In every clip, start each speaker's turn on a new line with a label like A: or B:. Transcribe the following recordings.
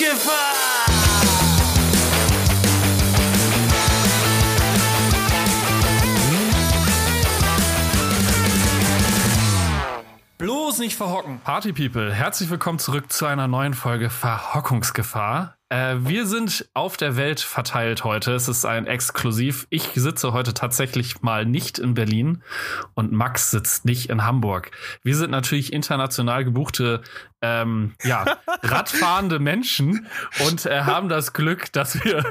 A: Verhockungsgefahr! Bloß nicht verhocken.
B: Party People, herzlich willkommen zurück zu einer neuen Folge Verhockungsgefahr. Wir sind auf der Welt verteilt heute. Es ist ein Exklusiv. Ich sitze heute tatsächlich mal nicht in Berlin und Max sitzt nicht in Hamburg. Wir sind natürlich international gebuchte radfahrende Menschen und haben das Glück, dass wir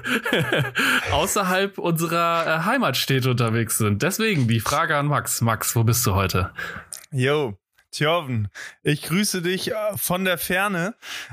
B: außerhalb unserer Heimatstädte unterwegs sind. Deswegen die Frage an Max. Max, wo bist du heute?
C: Yo. Tjorven, ich grüße dich von der Ferne.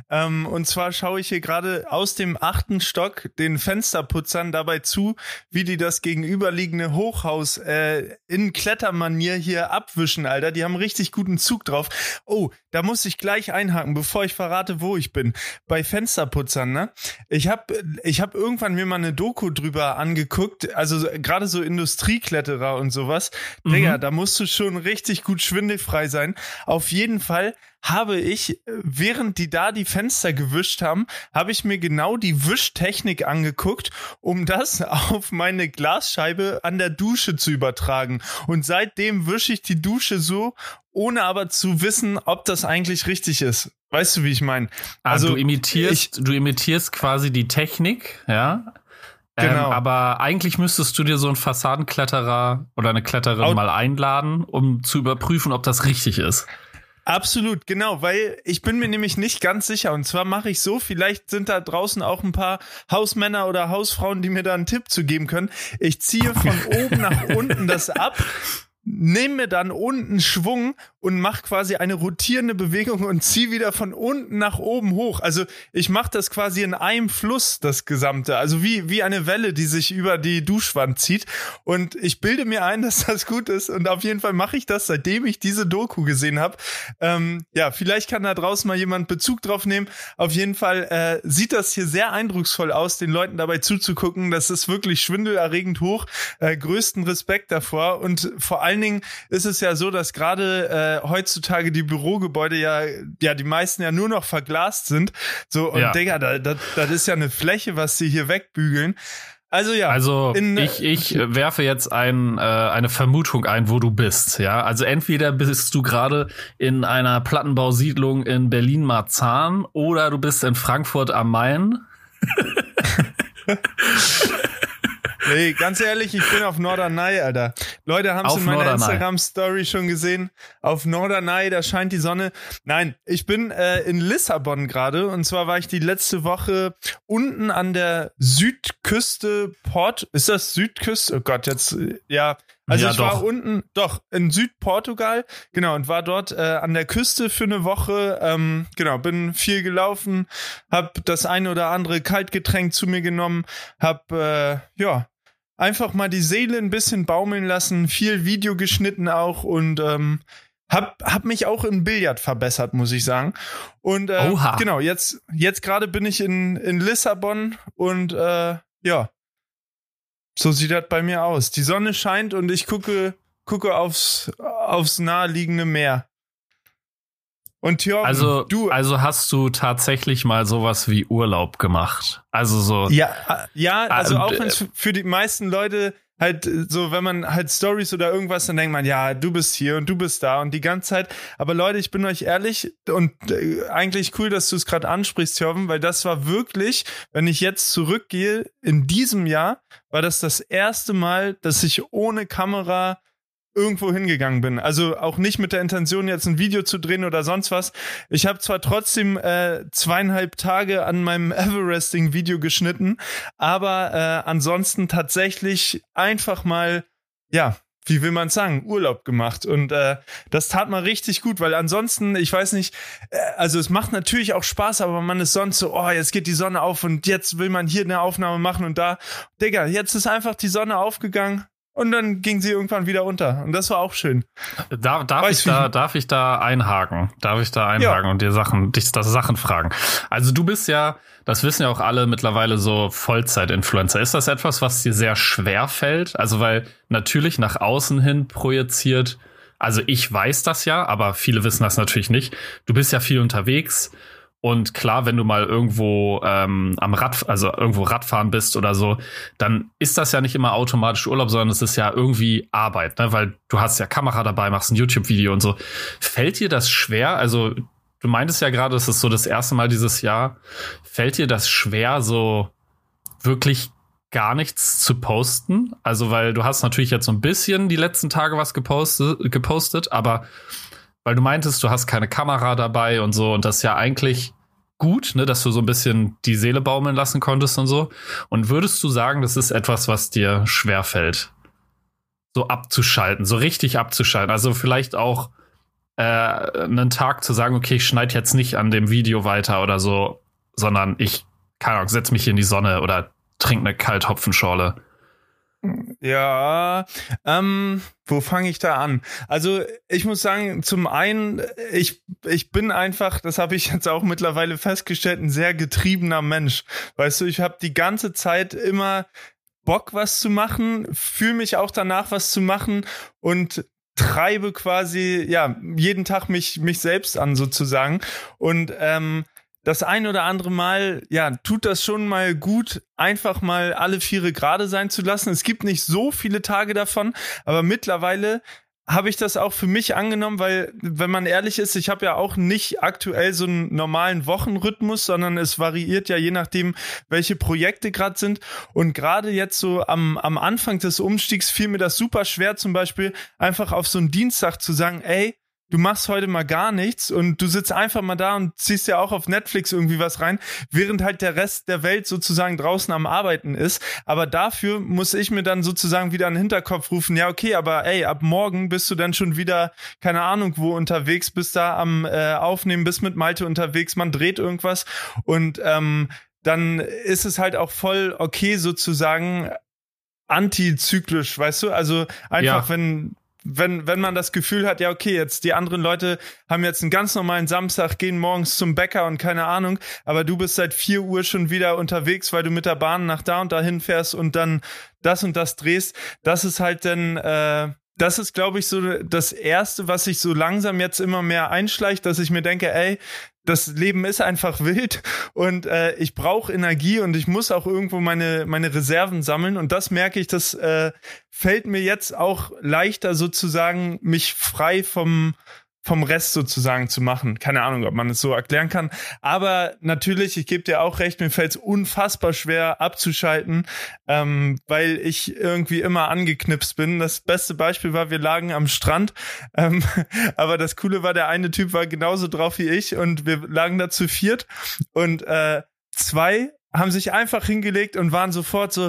C: Und zwar schaue ich hier gerade aus dem 8. Stock den Fensterputzern dabei zu, wie die das gegenüberliegende Hochhaus in Klettermanier hier abwischen, Alter. Die haben richtig guten Zug drauf. Oh, da muss ich gleich einhaken, bevor ich verrate, wo ich bin. Bei Fensterputzern, ne? Ich hab irgendwann mir mal eine Doku drüber angeguckt, also gerade so Industriekletterer und sowas. Digga, da musst du schon richtig gut schwindelfrei sein. Auf jeden Fall habe ich, während die da die Fenster gewischt haben, habe ich mir genau die Wischtechnik angeguckt, um das auf meine Glasscheibe an der Dusche zu übertragen. Und seitdem wische ich die Dusche so, ohne aber zu wissen, ob das eigentlich richtig ist. Weißt du, wie ich meine?
B: Also du imitierst quasi die Technik, ja?
C: Genau.
B: Aber eigentlich müsstest du dir so einen Fassadenkletterer oder eine Kletterin mal einladen, um zu überprüfen, ob das richtig ist.
C: Absolut, genau, weil ich bin mir nämlich nicht ganz sicher. Und zwar mache ich so, vielleicht sind da draußen auch ein paar Hausmänner oder Hausfrauen, die mir da einen Tipp zu geben können. Ich ziehe von oben nach unten das ab, nehme mir dann unten Schwung und mache quasi eine rotierende Bewegung und ziehe wieder von unten nach oben hoch. Also ich mache das quasi in einem Fluss, das Gesamte. Also wie eine Welle, die sich über die Duschwand zieht. Und ich bilde mir ein, dass das gut ist. Und auf jeden Fall mache ich das, seitdem ich diese Doku gesehen habe. Vielleicht kann da draußen mal jemand Bezug drauf nehmen. Auf jeden Fall sieht das hier sehr eindrucksvoll aus, den Leuten dabei zuzugucken. Das ist wirklich schwindelerregend hoch. Größten Respekt davor. Und vor allen Dingen ist es ja so, dass gerade heutzutage die Bürogebäude ja die meisten ja nur noch verglast sind. So, und Digga, das ist ja eine Fläche, was sie hier wegbügeln. Also ja.
B: Also ich werfe jetzt eine Vermutung ein, wo du bist. Ja, also entweder bist du gerade in einer Plattenbausiedlung in Berlin-Marzahn oder du bist in Frankfurt am Main.
C: Nee, ganz ehrlich, ich bin auf Norderney, Alter. Leute haben es in meiner Instagram-Story schon gesehen. Auf Norderney, da scheint die Sonne. Nein, ich bin in Lissabon gerade. Und zwar war ich die letzte Woche unten an der Südküste Ist das Südküste? Oh Gott, jetzt, ja. Also ich war unten, in Südportugal, genau, und war dort an der Küste für eine Woche, bin viel gelaufen, hab das eine oder andere Kaltgetränk zu mir genommen, hab, einfach mal die Seele ein bisschen baumeln lassen, viel Video geschnitten auch und hab mich auch im Billard verbessert, muss ich sagen. Und genau, jetzt gerade bin ich in Lissabon und so sieht das bei mir aus. Die Sonne scheint und ich gucke aufs naheliegende Meer. Und Tjorven,
B: also hast du tatsächlich mal sowas wie Urlaub gemacht? Also so.
C: Ja, also auch wenn es für die meisten Leute halt so, wenn man halt Stories oder irgendwas, dann denkt man, ja, du bist hier und du bist da und die ganze Zeit. Aber Leute, ich bin euch ehrlich und eigentlich cool, dass du es gerade ansprichst, Tjorven, weil das war wirklich, wenn ich jetzt zurückgehe, in diesem Jahr war das erste Mal, dass ich ohne Kamera irgendwo hingegangen bin. Also auch nicht mit der Intention, jetzt ein Video zu drehen oder sonst was. Ich habe zwar trotzdem 2,5 Tage an meinem Everesting-Video geschnitten, aber ansonsten tatsächlich einfach mal, wie will man sagen, Urlaub gemacht. Und das tat mal richtig gut, weil ansonsten, ich weiß nicht, also es macht natürlich auch Spaß, aber man ist sonst so, oh, jetzt geht die Sonne auf und jetzt will man hier eine Aufnahme machen und da. Digga, jetzt ist einfach die Sonne aufgegangen. Und dann ging sie irgendwann wieder unter. Und das war auch schön.
B: Darf ich da einhaken? Und dich Sachen fragen? Also du bist ja, das wissen ja auch alle mittlerweile, so Vollzeit-Influencer. Ist das etwas, was dir sehr schwer fällt? Also weil natürlich nach außen hin projiziert, also ich weiß das ja, aber viele wissen das natürlich nicht. Du bist ja viel unterwegs Und klar, wenn du mal irgendwo irgendwo Radfahren bist oder so, dann ist das ja nicht immer automatisch Urlaub, sondern es ist ja irgendwie Arbeit, ne? Weil du hast ja Kamera dabei, machst ein YouTube-Video und so. Fällt dir das schwer? Also du meintest ja gerade, es ist so das erste Mal dieses Jahr. Fällt dir das schwer, so wirklich gar nichts zu posten? Also weil du hast natürlich jetzt so ein bisschen die letzten Tage was gepostet, aber weil du meintest, du hast keine Kamera dabei und so, und das ist ja eigentlich gut, ne, dass du so ein bisschen die Seele baumeln lassen konntest und so. Und würdest du sagen, das ist etwas, was dir schwerfällt, so abzuschalten, so richtig abzuschalten? Also vielleicht auch einen Tag zu sagen, okay, ich schneide jetzt nicht an dem Video weiter oder so, sondern ich, keine Ahnung, setz mich hier in die Sonne oder trink eine Kalthopfenschorle.
C: Ja, wo fange ich da an? Also ich muss sagen, zum einen, ich bin einfach, das habe ich jetzt auch mittlerweile festgestellt, ein sehr getriebener Mensch. Weißt du, ich habe die ganze Zeit immer Bock, was zu machen, fühle mich auch danach, was zu machen und treibe quasi, ja, jeden Tag mich selbst an sozusagen. Und das ein oder andere Mal, ja, tut das schon mal gut, einfach mal alle Viere gerade sein zu lassen. Es gibt nicht so viele Tage davon, aber mittlerweile habe ich das auch für mich angenommen, weil, wenn man ehrlich ist, ich habe ja auch nicht aktuell so einen normalen Wochenrhythmus, sondern es variiert ja je nachdem, welche Projekte gerade sind. Und gerade jetzt so am Anfang des Umstiegs fiel mir das super schwer, zum Beispiel einfach auf so einen Dienstag zu sagen, ey, du machst heute mal gar nichts und du sitzt einfach mal da und ziehst ja auch auf Netflix irgendwie was rein, während halt der Rest der Welt sozusagen draußen am Arbeiten ist. Aber dafür muss ich mir dann sozusagen wieder in den Hinterkopf rufen, ja okay, aber ey, ab morgen bist du dann schon wieder, keine Ahnung wo, unterwegs, bist da am Aufnehmen, bist mit Malte unterwegs, man dreht irgendwas und dann ist es halt auch voll okay sozusagen antizyklisch, weißt du? Also einfach,
B: Ja.
C: wenn man das Gefühl hat, ja okay, jetzt die anderen Leute haben jetzt einen ganz normalen Samstag, gehen morgens zum Bäcker und keine Ahnung, aber du bist seit 4 Uhr schon wieder unterwegs, weil du mit der Bahn nach da und dahin fährst und dann das und das drehst, das ist halt dann, das ist, glaube ich, so das Erste, was sich so langsam jetzt immer mehr einschleicht, dass ich mir denke, ey, das Leben ist einfach wild und ich brauche Energie und ich muss auch irgendwo meine Reserven sammeln und das merke ich, das fällt mir jetzt auch leichter sozusagen, mich frei vom Rest sozusagen zu machen. Keine Ahnung, ob man es so erklären kann. Aber natürlich, ich gebe dir auch recht, mir fällt es unfassbar schwer abzuschalten, weil ich irgendwie immer angeknipst bin. Das beste Beispiel war, wir lagen am Strand, aber das Coole war, der eine Typ war genauso drauf wie ich und wir lagen da zu viert und 2 haben sich einfach hingelegt und waren sofort so,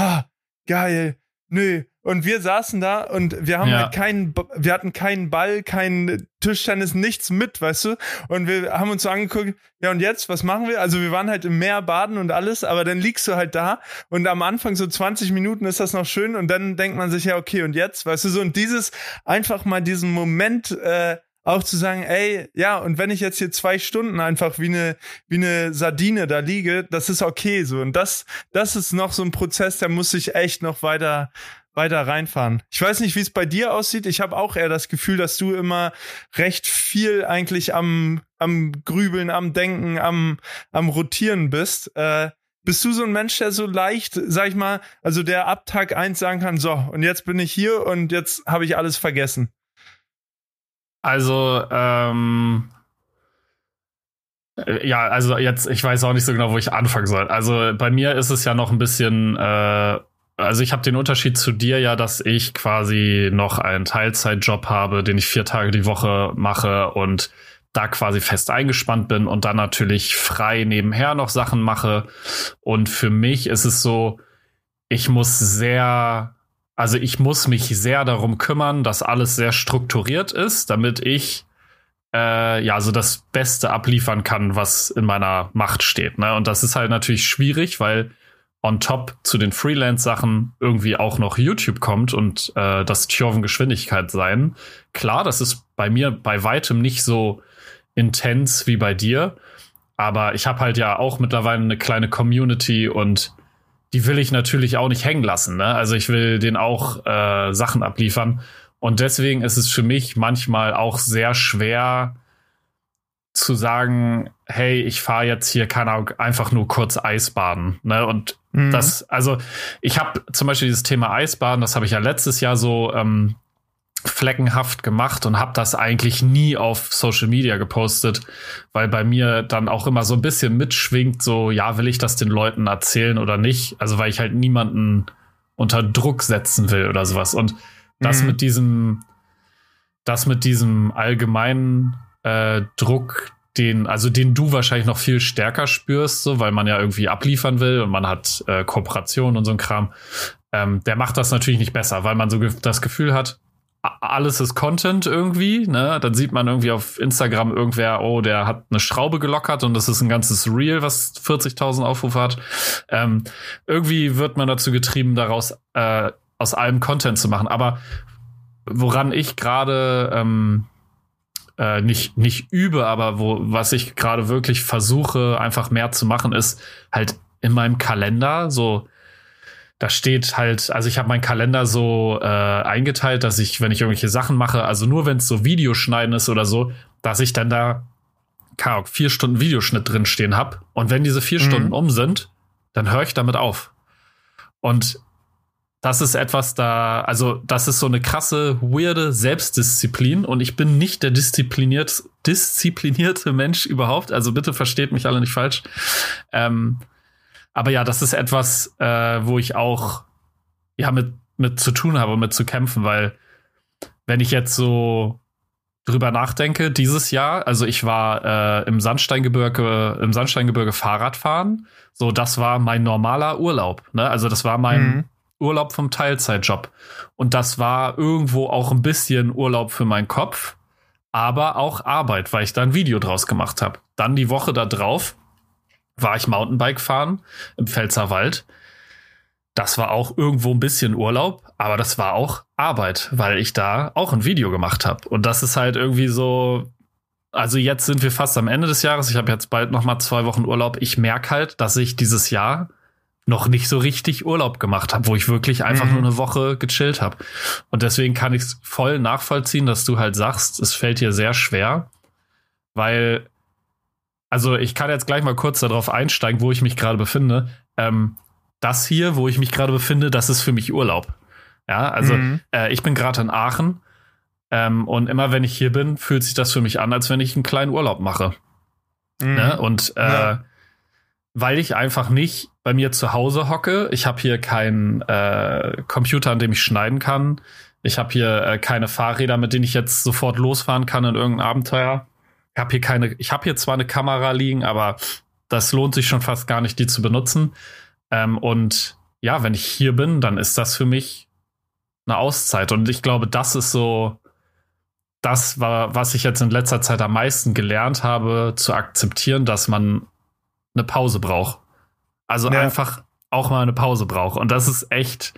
C: geil, nö. Und wir saßen da und wir haben halt wir hatten keinen Ball, kein Tischtennis, nichts mit, weißt du? Und wir haben uns so angeguckt, ja und jetzt, was machen wir? Also wir waren halt im Meer baden und alles, aber dann liegst du halt da und am Anfang so 20 Minuten ist das noch schön und dann denkt man sich, ja okay, und jetzt, weißt du, so und dieses, einfach mal diesen Moment, auch zu sagen, ey, ja, und wenn ich jetzt hier 2 Stunden einfach wie eine Sardine da liege, das ist okay so. Und das ist noch so ein Prozess, der muss sich echt noch weiter reinfahren. Ich weiß nicht, wie es bei dir aussieht. Ich habe auch eher das Gefühl, dass du immer recht viel eigentlich am Grübeln, am Denken, am Rotieren bist. Bist du so ein Mensch, der so leicht, sag ich mal, also der ab Tag 1 sagen kann, so, und jetzt bin ich hier und jetzt habe ich alles vergessen?
B: Also, ja, also jetzt, ich weiß auch nicht so genau, wo ich anfangen soll. Also bei mir ist es ja noch ein bisschen, also ich habe den Unterschied zu dir ja, dass ich quasi noch einen Teilzeitjob habe, den ich 4 Tage die Woche mache und da quasi fest eingespannt bin und dann natürlich frei nebenher noch Sachen mache. Und für mich ist es so, ich muss mich sehr darum kümmern, dass alles sehr strukturiert ist, damit ich so das Beste abliefern kann, was in meiner Macht steht. Ne? Und das ist halt natürlich schwierig, weil on top zu den Freelance-Sachen irgendwie auch noch YouTube kommt und das Tjoven Geschwindigkeit sein. Klar, das ist bei mir bei weitem nicht so intens wie bei dir, aber ich habe halt ja auch mittlerweile eine kleine Community und die will ich natürlich auch nicht hängen lassen. Ne? Also ich will denen auch Sachen abliefern. Und deswegen ist es für mich manchmal auch sehr schwer zu sagen, hey, ich fahre jetzt hier, keine Ahnung, einfach nur kurz Eisbaden. Ne? Und ich habe zum Beispiel dieses Thema Eisbaden, das habe ich ja letztes Jahr so fleckenhaft gemacht und habe das eigentlich nie auf Social Media gepostet, weil bei mir dann auch immer so ein bisschen mitschwingt, so, ja, will ich das den Leuten erzählen oder nicht? Also weil ich halt niemanden unter Druck setzen will oder sowas. Und das mit diesem allgemeinen Druck, den du wahrscheinlich noch viel stärker spürst, so, weil man ja irgendwie abliefern will und man hat Kooperation und so ein Kram, der macht das natürlich nicht besser, weil man so das Gefühl hat, alles ist Content irgendwie, ne? Dann sieht man irgendwie auf Instagram irgendwer, oh, der hat eine Schraube gelockert und das ist ein ganzes Reel, was 40.000 Aufrufe hat. Irgendwie wird man dazu getrieben, daraus aus allem Content zu machen. Aber woran ich gerade nicht übe, aber was ich gerade wirklich versuche, einfach mehr zu machen, ist halt in meinem Kalender so. Da steht halt, also ich habe meinen Kalender so eingeteilt, dass ich, wenn ich irgendwelche Sachen mache, also nur wenn es so Videoschneiden ist oder so, dass ich dann da 4 Stunden Videoschnitt drin stehen habe. Und wenn diese 4 Stunden um sind, dann höre ich damit auf. Und das ist etwas das ist so eine krasse, weirde Selbstdisziplin. Und ich bin nicht der disziplinierte Mensch überhaupt. Also bitte versteht mich alle nicht falsch. Aber ja, das ist etwas, wo ich auch mit zu tun habe, mit zu kämpfen, weil wenn ich jetzt so drüber nachdenke, dieses Jahr, also ich war im Sandsteingebirge Fahrradfahren, so das war mein normaler Urlaub, ne? Also das war mein Urlaub vom Teilzeitjob und das war irgendwo auch ein bisschen Urlaub für meinen Kopf, aber auch Arbeit, weil ich da ein Video draus gemacht habe. Dann die Woche da drauf war ich Mountainbike fahren im Pfälzerwald. Das war auch irgendwo ein bisschen Urlaub, aber das war auch Arbeit, weil ich da auch ein Video gemacht habe. Und das ist halt irgendwie so, also jetzt sind wir fast am Ende des Jahres. Ich habe jetzt bald noch mal 2 Wochen Urlaub. Ich merke halt, dass ich dieses Jahr noch nicht so richtig Urlaub gemacht habe, wo ich wirklich einfach nur eine Woche gechillt habe. Und deswegen kann ich es voll nachvollziehen, dass du halt sagst, es fällt dir sehr schwer, weil also ich kann jetzt gleich mal kurz darauf einsteigen, wo ich mich gerade befinde. Das hier, wo ich mich gerade befinde, das ist für mich Urlaub. Ja, also ich bin gerade in Aachen und immer wenn ich hier bin, fühlt sich das für mich an, als wenn ich einen kleinen Urlaub mache. Ne? Und weil ich einfach nicht bei mir zu Hause hocke, ich habe hier keinen Computer, an dem ich schneiden kann. Ich habe hier keine Fahrräder, mit denen ich jetzt sofort losfahren kann in irgendein Abenteuer. Ich habe hier zwar eine Kamera liegen, aber das lohnt sich schon fast gar nicht, die zu benutzen. Und ja, wenn ich hier bin, dann ist das für mich eine Auszeit. Und ich glaube, das ist so das war, was ich jetzt in letzter Zeit am meisten gelernt habe, zu akzeptieren, dass man eine Pause braucht. Also einfach auch mal eine Pause braucht. Und das ist echt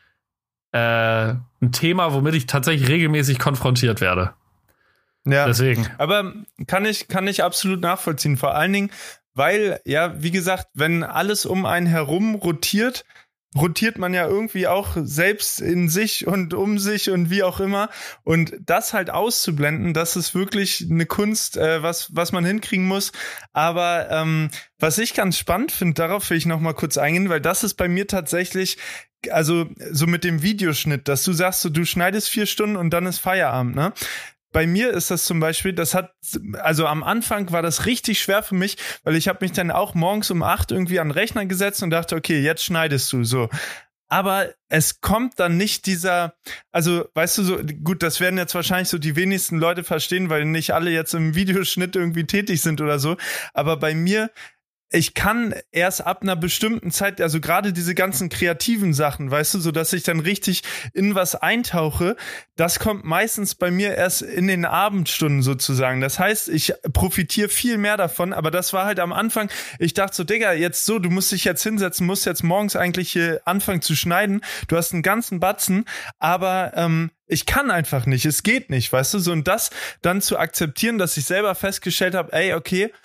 B: ein Thema, womit ich tatsächlich regelmäßig konfrontiert werde.
C: Ja,
B: deswegen.
C: Aber kann ich absolut nachvollziehen. Vor allen Dingen, weil, ja, wie gesagt, wenn alles um einen herum rotiert man ja irgendwie auch selbst in sich und um sich und wie auch immer. Und das halt auszublenden, das ist wirklich eine Kunst, was man hinkriegen muss. Aber was ich ganz spannend finde, darauf will ich noch mal kurz eingehen, weil das ist bei mir tatsächlich, also so mit dem Videoschnitt, dass du sagst, so, du schneidest 4 Stunden und dann ist Feierabend, ne? Bei mir ist das zum Beispiel, also am Anfang war das richtig schwer für mich, weil ich habe mich dann auch morgens um 8 irgendwie an den Rechner gesetzt und dachte, okay, jetzt schneidest du so. Aber es kommt dann nicht also weißt du, so gut, das werden jetzt wahrscheinlich so die wenigsten Leute verstehen, weil nicht alle jetzt im Videoschnitt irgendwie tätig sind oder so. Aber bei mir, ich kann erst ab einer bestimmten Zeit, also gerade diese ganzen kreativen Sachen, weißt du, so dass ich dann richtig in was eintauche, das kommt meistens bei mir erst in den Abendstunden sozusagen. Das heißt, ich profitiere viel mehr davon, aber das war halt am Anfang, ich dachte so, Digga, jetzt so, du musst dich jetzt hinsetzen, musst jetzt morgens eigentlich hier anfangen zu schneiden, du hast einen ganzen Batzen, aber ich kann einfach nicht, es geht nicht, weißt du, so, und das dann zu akzeptieren, dass ich selber festgestellt habe, ey, okay,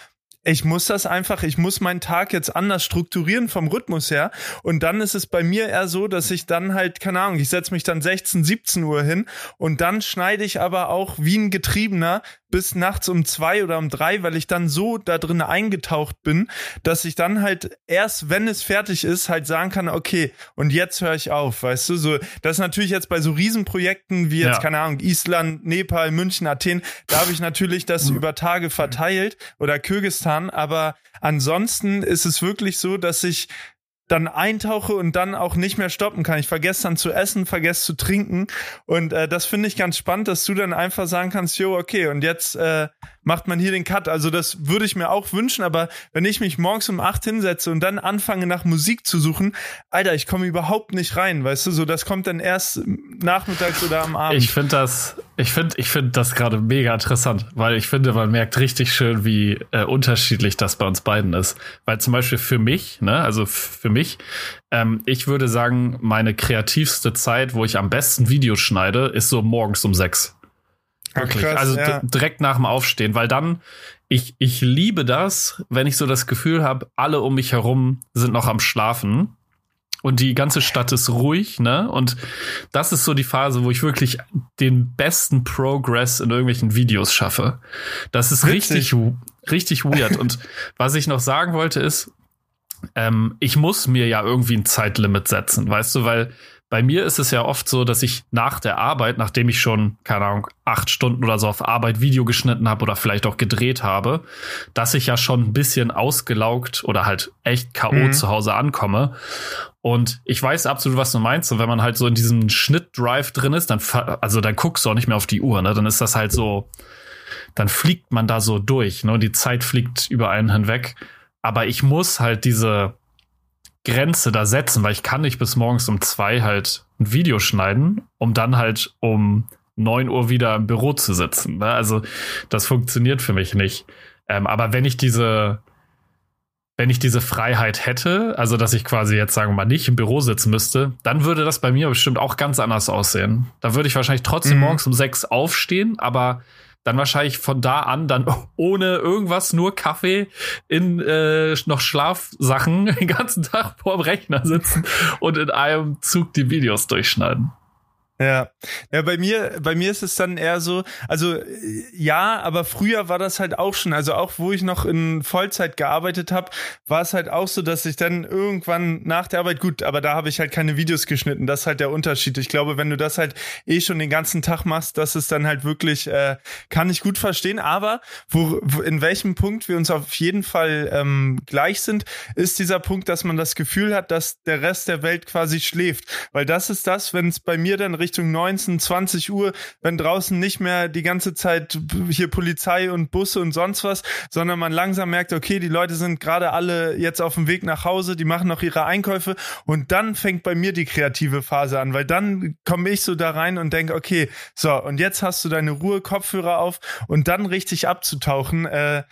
C: ich muss meinen Tag jetzt anders strukturieren vom Rhythmus her. Und dann ist es bei mir eher so, dass ich dann halt, keine Ahnung, ich setze mich dann 16, 17 Uhr hin und dann schneide ich aber auch wie ein Getriebener bis nachts um 2 oder um 3, weil ich dann so da drin eingetaucht bin, dass ich dann halt erst, wenn es fertig ist, halt sagen kann, okay, und jetzt höre ich auf, weißt du, so, das ist natürlich jetzt bei so Riesenprojekten wie jetzt, keine Ahnung, Island, Nepal, München, Athen, da habe ich natürlich das über Tage verteilt oder Kirgisistan, aber ansonsten ist es wirklich so, dass ich dann eintauche und dann auch nicht mehr stoppen kann. Ich vergesse dann zu essen, vergesse zu trinken und das finde ich ganz spannend, dass du dann einfach sagen kannst, jo, okay, und jetzt macht man hier den Cut. Also das würde ich mir auch wünschen, aber wenn ich mich morgens um 8 hinsetze und dann anfange nach Musik zu suchen, Alter, ich komme überhaupt nicht rein, weißt du, so das kommt dann erst nachmittags oder am Abend.
B: Ich finde das gerade mega interessant, weil ich finde, man merkt richtig schön, wie unterschiedlich das bei uns beiden ist. Weil zum Beispiel für mich, ich würde sagen, meine kreativste Zeit, wo ich am besten Videos schneide, ist so morgens um 6. Wirklich. Krass, also direkt nach dem Aufstehen, weil dann, ich liebe das, wenn ich so das Gefühl habe, alle um mich herum sind noch am Schlafen und die ganze Stadt ist ruhig, ne? Und das ist so die Phase, wo ich wirklich den besten Progress in irgendwelchen Videos schaffe. Das ist richtig weird. Und was ich noch sagen wollte ist, ich muss mir ja irgendwie ein Zeitlimit setzen, weißt du, weil bei mir ist es ja oft so, dass ich nach der Arbeit, nachdem ich schon, keine Ahnung, 8 Stunden oder so auf Arbeit Video geschnitten habe oder vielleicht auch gedreht habe, dass ich ja schon ein bisschen ausgelaugt oder halt echt K.O. zu Hause ankomme. Und ich weiß absolut, was du meinst. Und wenn man halt so in diesem Schnitt-Drive drin ist, dann guckst du auch nicht mehr auf die Uhr, ne? Dann ist das halt so, dann fliegt man da so durch, ne? Die Zeit fliegt über einen hinweg. Aber ich muss halt diese Grenze da setzen, weil ich kann nicht bis morgens um 2 halt ein Video schneiden, um dann halt um 9 Uhr wieder im Büro zu sitzen. Ne? Also das funktioniert für mich nicht. Aber wenn ich diese Freiheit hätte, also dass ich quasi jetzt, sagen wir mal, nicht im Büro sitzen müsste, dann würde das bei mir bestimmt auch ganz anders aussehen. Da würde ich wahrscheinlich trotzdem morgens um 6 aufstehen, aber dann wahrscheinlich von da an dann ohne irgendwas, nur Kaffee in noch Schlafsachen den ganzen Tag vorm Rechner sitzen und in einem Zug die Videos durchschneiden.
C: Ja, bei mir ist es dann eher so, also ja, aber früher war das halt auch schon, also auch wo ich noch in Vollzeit gearbeitet habe, war es halt auch so, dass ich dann irgendwann nach der Arbeit, gut, aber da habe ich halt keine Videos geschnitten, das ist halt der Unterschied. Ich glaube, wenn du das halt schon den ganzen Tag machst, das ist dann halt wirklich, kann ich gut verstehen, aber in welchem Punkt wir uns auf jeden Fall gleich sind, ist dieser Punkt, dass man das Gefühl hat, dass der Rest der Welt quasi schläft, weil das ist das, wenn es bei mir dann Richtung 19, 20 Uhr, wenn draußen nicht mehr die ganze Zeit hier Polizei und Busse und sonst was, sondern man langsam merkt, okay, die Leute sind gerade alle jetzt auf dem Weg nach Hause, die machen noch ihre Einkäufe und dann fängt bei mir die kreative Phase an, weil dann komme ich so da rein und denke, okay, so, und jetzt hast du deine Ruhe, Kopfhörer auf und dann richtig abzutauchen,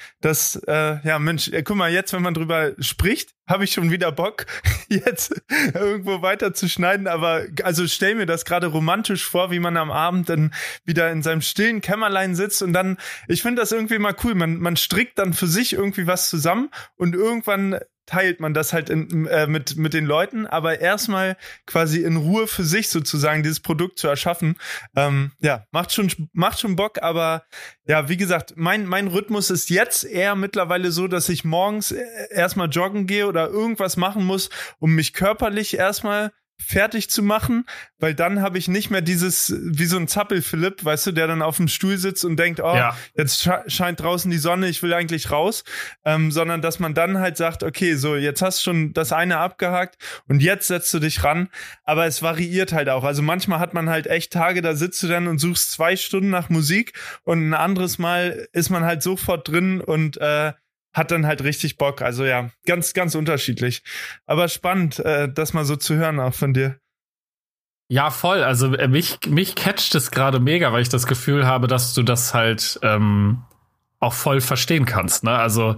C: Mensch, guck mal, jetzt, wenn man drüber spricht, habe ich schon wieder Bock, jetzt irgendwo weiter zu schneiden, aber also stell mir das gerade romantisch vor, wie man am Abend dann wieder in seinem stillen Kämmerlein sitzt und dann, ich finde das irgendwie mal cool, man strickt dann für sich irgendwie was zusammen und irgendwann teilt man das halt mit den Leuten, aber erstmal quasi in Ruhe für sich sozusagen dieses Produkt zu erschaffen. Macht schon Bock, aber ja, wie gesagt, mein Rhythmus ist jetzt eher mittlerweile so, dass ich morgens erstmal joggen gehe oder irgendwas machen muss, um mich körperlich erstmal fertig zu machen, weil dann habe ich nicht mehr dieses, wie so ein Zappel-Philipp, weißt du, der dann auf dem Stuhl sitzt und denkt, jetzt scheint draußen die Sonne, ich will eigentlich raus, sondern dass man dann halt sagt, okay, so, jetzt hast du schon das eine abgehakt und jetzt setzt du dich ran, aber es variiert halt auch, also manchmal hat man halt echt Tage, da sitzt du dann und suchst 2 Stunden nach Musik und ein anderes Mal ist man halt sofort drin und hat dann halt richtig Bock. Also ja, ganz, ganz unterschiedlich. Aber spannend, das mal so zu hören auch von dir.
B: Ja, voll. Also mich catcht es gerade mega, weil ich das Gefühl habe, dass du das halt auch voll verstehen kannst. Ne? Also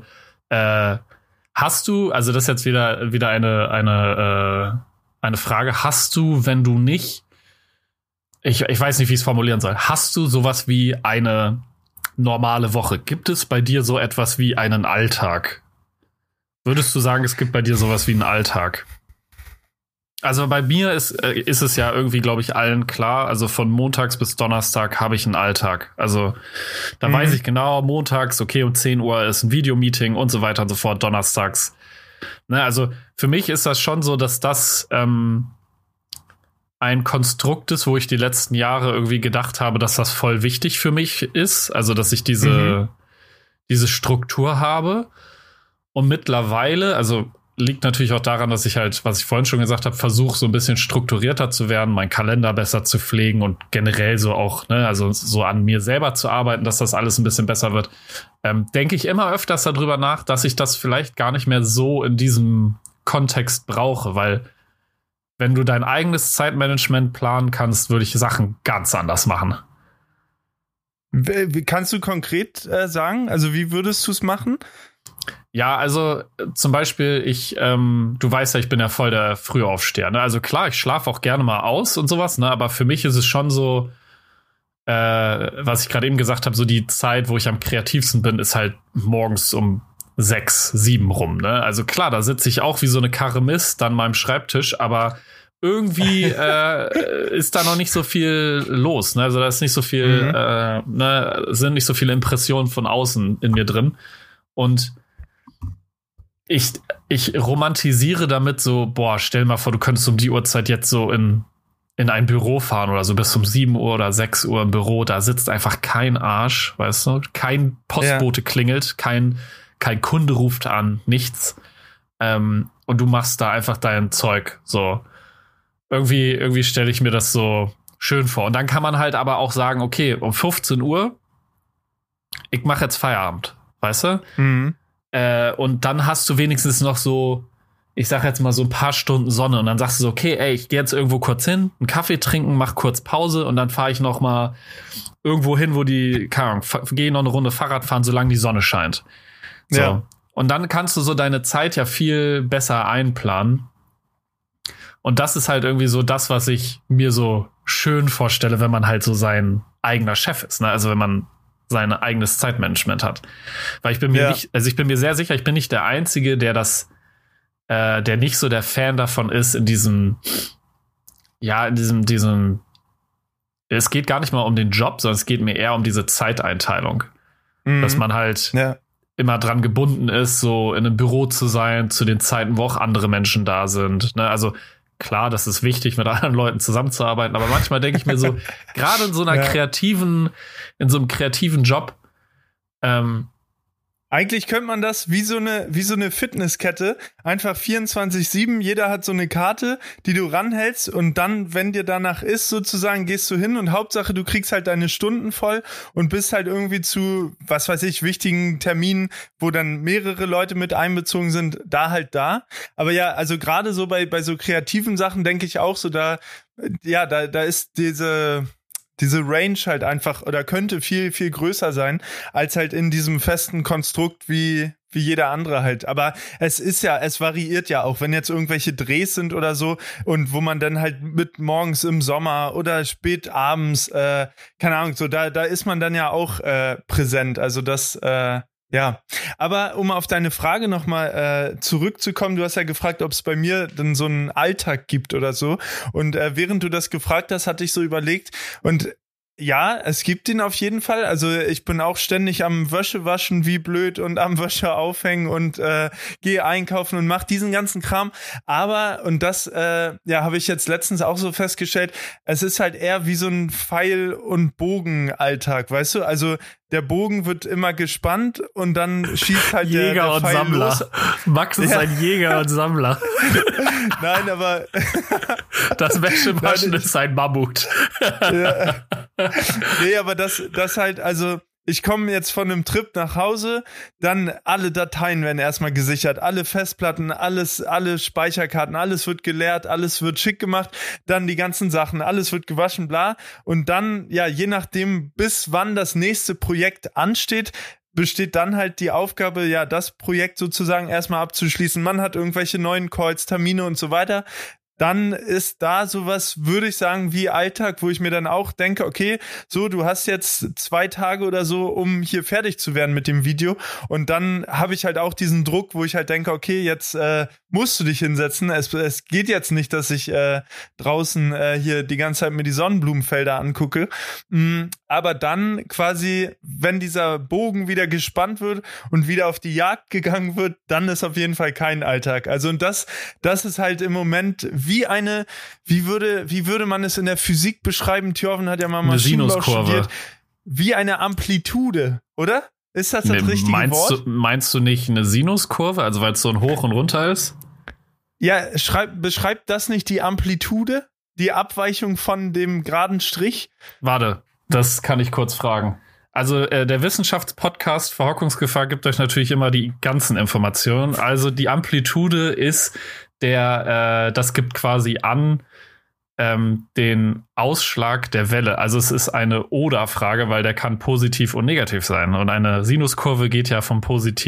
B: hast du, also das ist jetzt wieder eine Frage, hast du, wenn du nicht, ich weiß nicht, wie ich es formulieren soll, hast du sowas wie eine normale Woche. Gibt es bei dir so etwas wie einen Alltag? Würdest du sagen, es gibt bei dir sowas wie einen Alltag? Also bei mir ist es ja irgendwie, glaube ich, allen klar. Also von montags bis Donnerstag habe ich einen Alltag. Also da weiß ich genau, montags, okay, um 10 Uhr ist ein Videomeeting und so weiter und so fort, donnerstags. Ne, also für mich ist das schon so, dass das ein Konstrukt ist, wo ich die letzten Jahre irgendwie gedacht habe, dass das voll wichtig für mich ist. Also dass ich diese Struktur habe. Und mittlerweile, also liegt natürlich auch daran, dass ich halt, was ich vorhin schon gesagt habe, versuche so ein bisschen strukturierter zu werden, meinen Kalender besser zu pflegen und generell so auch, ne, also so an mir selber zu arbeiten, dass das alles ein bisschen besser wird. Denke ich immer öfters darüber nach, dass ich das vielleicht gar nicht mehr so in diesem Kontext brauche, weil wenn du dein eigenes Zeitmanagement planen kannst, würde ich Sachen ganz anders machen.
C: Wie kannst du konkret sagen? Also wie würdest du es machen?
B: Ja, also zum Beispiel, du weißt ja, ich bin ja voll der Frühaufsteher, ne? Also klar, ich schlafe auch gerne mal aus und sowas, ne? Aber für mich ist es schon so, was ich gerade eben gesagt habe, so die Zeit, wo ich am kreativsten bin, ist halt morgens um 6, 7 rum, ne? Also klar, da sitze ich auch wie so eine Karre Mist an meinem Schreibtisch, aber irgendwie ist da noch nicht so viel los, ne? Also da ist nicht so viel, sind nicht so viele Impressionen von außen in mir drin. Und ich romantisiere damit so, boah, stell mal vor, du könntest um die Uhrzeit jetzt so in ein Büro fahren oder so, bis um 7 Uhr oder 6 Uhr im Büro, da sitzt einfach kein Arsch, weißt du? Kein Postbote klingelt, kein Kunde ruft an, nichts. Und du machst da einfach dein Zeug, so. Irgendwie stelle ich mir das so schön vor. Und dann kann man halt aber auch sagen, okay, um 15 Uhr, ich mache jetzt Feierabend, weißt du? Mhm. Und dann hast du wenigstens noch so, ich sag jetzt mal so ein paar Stunden Sonne und dann sagst du so, okay, ey, ich gehe jetzt irgendwo kurz hin, einen Kaffee trinken, mach kurz Pause und dann fahre ich noch mal irgendwo hin, wo gehe noch eine Runde Fahrrad fahren, solange die Sonne scheint. So. Ja. Und dann kannst du so deine Zeit ja viel besser einplanen. Und das ist halt irgendwie so das, was ich mir so schön vorstelle, wenn man halt so sein eigener Chef ist, ne? Also wenn man sein eigenes Zeitmanagement hat. Weil ich bin mir ich bin mir sehr sicher, ich bin nicht der Einzige, der nicht so der Fan davon ist, in diesem, es geht gar nicht mal um den Job, sondern es geht mir eher um diese Zeiteinteilung. Dass man halt immer dran gebunden ist, so in einem Büro zu sein, zu den Zeiten, wo auch andere Menschen da sind. Ne? Also klar, das ist wichtig, mit anderen Leuten zusammenzuarbeiten, aber manchmal denke ich mir so, gerade in so einer in so einem kreativen Job,
C: eigentlich könnte man das wie so eine Fitnesskette, einfach 24/7, jeder hat so eine Karte, die du ranhältst und dann, wenn dir danach ist, sozusagen, gehst du hin und Hauptsache, du kriegst halt deine Stunden voll und bist halt irgendwie zu, was weiß ich, wichtigen Terminen, wo dann mehrere Leute mit einbezogen sind, da. Aber ja, also gerade so bei so kreativen Sachen denke ich auch so, da ist diese Range halt einfach oder könnte viel, viel größer sein, als halt in diesem festen Konstrukt wie jeder andere halt. Aber es variiert ja auch, wenn jetzt irgendwelche Drehs sind oder so und wo man dann halt mit morgens im Sommer oder spät abends, keine Ahnung, so da ist man dann ja auch präsent. Also das, ja, aber um auf deine Frage nochmal zurückzukommen, du hast ja gefragt, ob es bei mir dann so einen Alltag gibt oder so. Und während du das gefragt hast, hatte ich so überlegt und ja, es gibt ihn auf jeden Fall. Also ich bin auch ständig am Wäsche waschen wie blöd und am Wäsche aufhängen und gehe einkaufen und mache diesen ganzen Kram. Aber, und das habe ich jetzt letztens auch so festgestellt, es ist halt eher wie so ein Pfeil- und Bogen-Alltag, weißt du? Also der Bogen wird immer gespannt und dann schießt halt
B: Jäger
C: der
B: und
C: Pfeil
B: Sammler.
C: los.
B: Max ist ein Jäger und Sammler.
C: Nein, aber
B: das Wäschewaschen ist ein Mammut.
C: Ja. Nee, aber das halt, also ich komme jetzt von einem Trip nach Hause, dann alle Dateien werden erstmal gesichert, alle Festplatten, alle Speicherkarten, alles wird geleert, alles wird schick gemacht, dann die ganzen Sachen, alles wird gewaschen, bla. Und dann, ja, je nachdem, bis wann das nächste Projekt ansteht, besteht dann halt die Aufgabe, ja, das Projekt sozusagen erstmal abzuschließen. Man hat irgendwelche neuen Calls, Termine und so weiter. dann ist da sowas, würde ich sagen, wie Alltag, wo ich mir dann auch denke, okay, so, du hast jetzt 2 Tage oder so, um hier fertig zu werden mit dem Video. Und dann habe ich halt auch diesen Druck, wo ich halt denke, okay, jetzt musst du dich hinsetzen. Es geht jetzt nicht, dass ich draußen hier die ganze Zeit mir die Sonnenblumenfelder angucke. Aber dann quasi, wenn dieser Bogen wieder gespannt wird und wieder auf die Jagd gegangen wird, dann ist auf jeden Fall kein Alltag. Also und das ist halt im Moment wie würde man es in der Physik beschreiben? Thjörven hat ja mal Maschinenbau studiert. Wie eine Amplitude, oder? Ist das das richtige Wort?
B: Meinst du nicht eine Sinuskurve, also weil es so ein Hoch und runter ist?
C: Ja, beschreibt das nicht die Amplitude? Die Abweichung von dem geraden Strich?
B: Warte, das kann ich kurz fragen. Also der Wissenschaftspodcast Verhockungsgefahr gibt euch natürlich immer die ganzen Informationen. Also die Amplitude ist das gibt quasi an den Ausschlag der Welle. Also es ist eine Oder-Frage, weil der kann positiv und negativ sein. Und eine Sinuskurve geht ja vom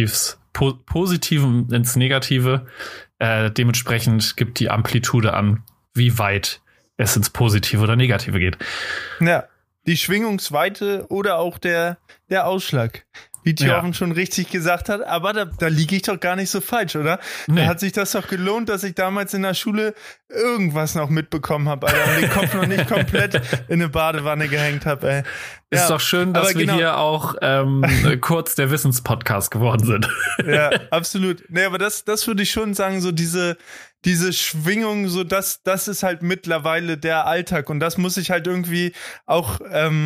B: Positiven ins Negative. Dementsprechend gibt die Amplitude an, wie weit es ins Positive oder Negative geht.
C: Ja, die Schwingungsweite oder auch der Ausschlag. Wie Thjörven schon richtig gesagt hat, aber da liege ich doch gar nicht so falsch, oder? Nee. Da hat sich das doch gelohnt, dass ich damals in der Schule irgendwas noch mitbekommen habe, Alter, und den Kopf noch nicht komplett in eine Badewanne gehängt habe, ey. Ja,
B: ist doch schön, dass wir hier auch kurz der Wissenspodcast geworden sind.
C: Ja, absolut. Nee, aber das würde ich schon sagen, so diese Schwingung, so das ist halt mittlerweile der Alltag und das muss ich halt irgendwie auch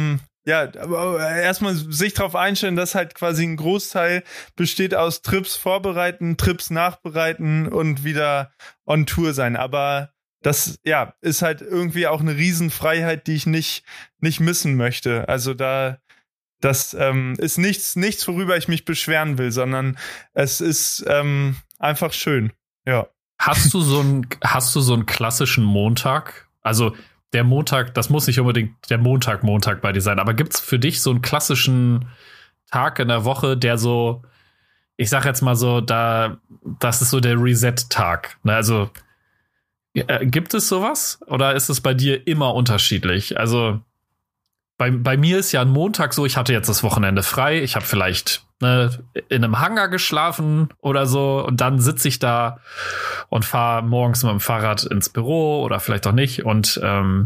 C: aber erstmal sich darauf einstellen, dass halt quasi ein Großteil besteht aus Trips vorbereiten, Trips nachbereiten und wieder on Tour sein. Aber das, ist halt irgendwie auch eine Riesenfreiheit, die ich nicht missen möchte. Also das ist nichts, worüber ich mich beschweren will, sondern es ist einfach schön. Ja.
B: Hast du so einen klassischen Montag? Also der Montag, das muss nicht unbedingt der Montag bei dir sein, aber gibt's für dich so einen klassischen Tag in der Woche, der so, ich sag jetzt mal so, das ist so der Reset-Tag, ne? Also gibt es sowas oder ist es bei dir immer unterschiedlich? Also bei mir ist ja ein Montag so, ich hatte jetzt das Wochenende frei, ich habe vielleicht in einem Hangar geschlafen oder so und dann sitze ich da und fahre morgens mit dem Fahrrad ins Büro oder vielleicht auch nicht und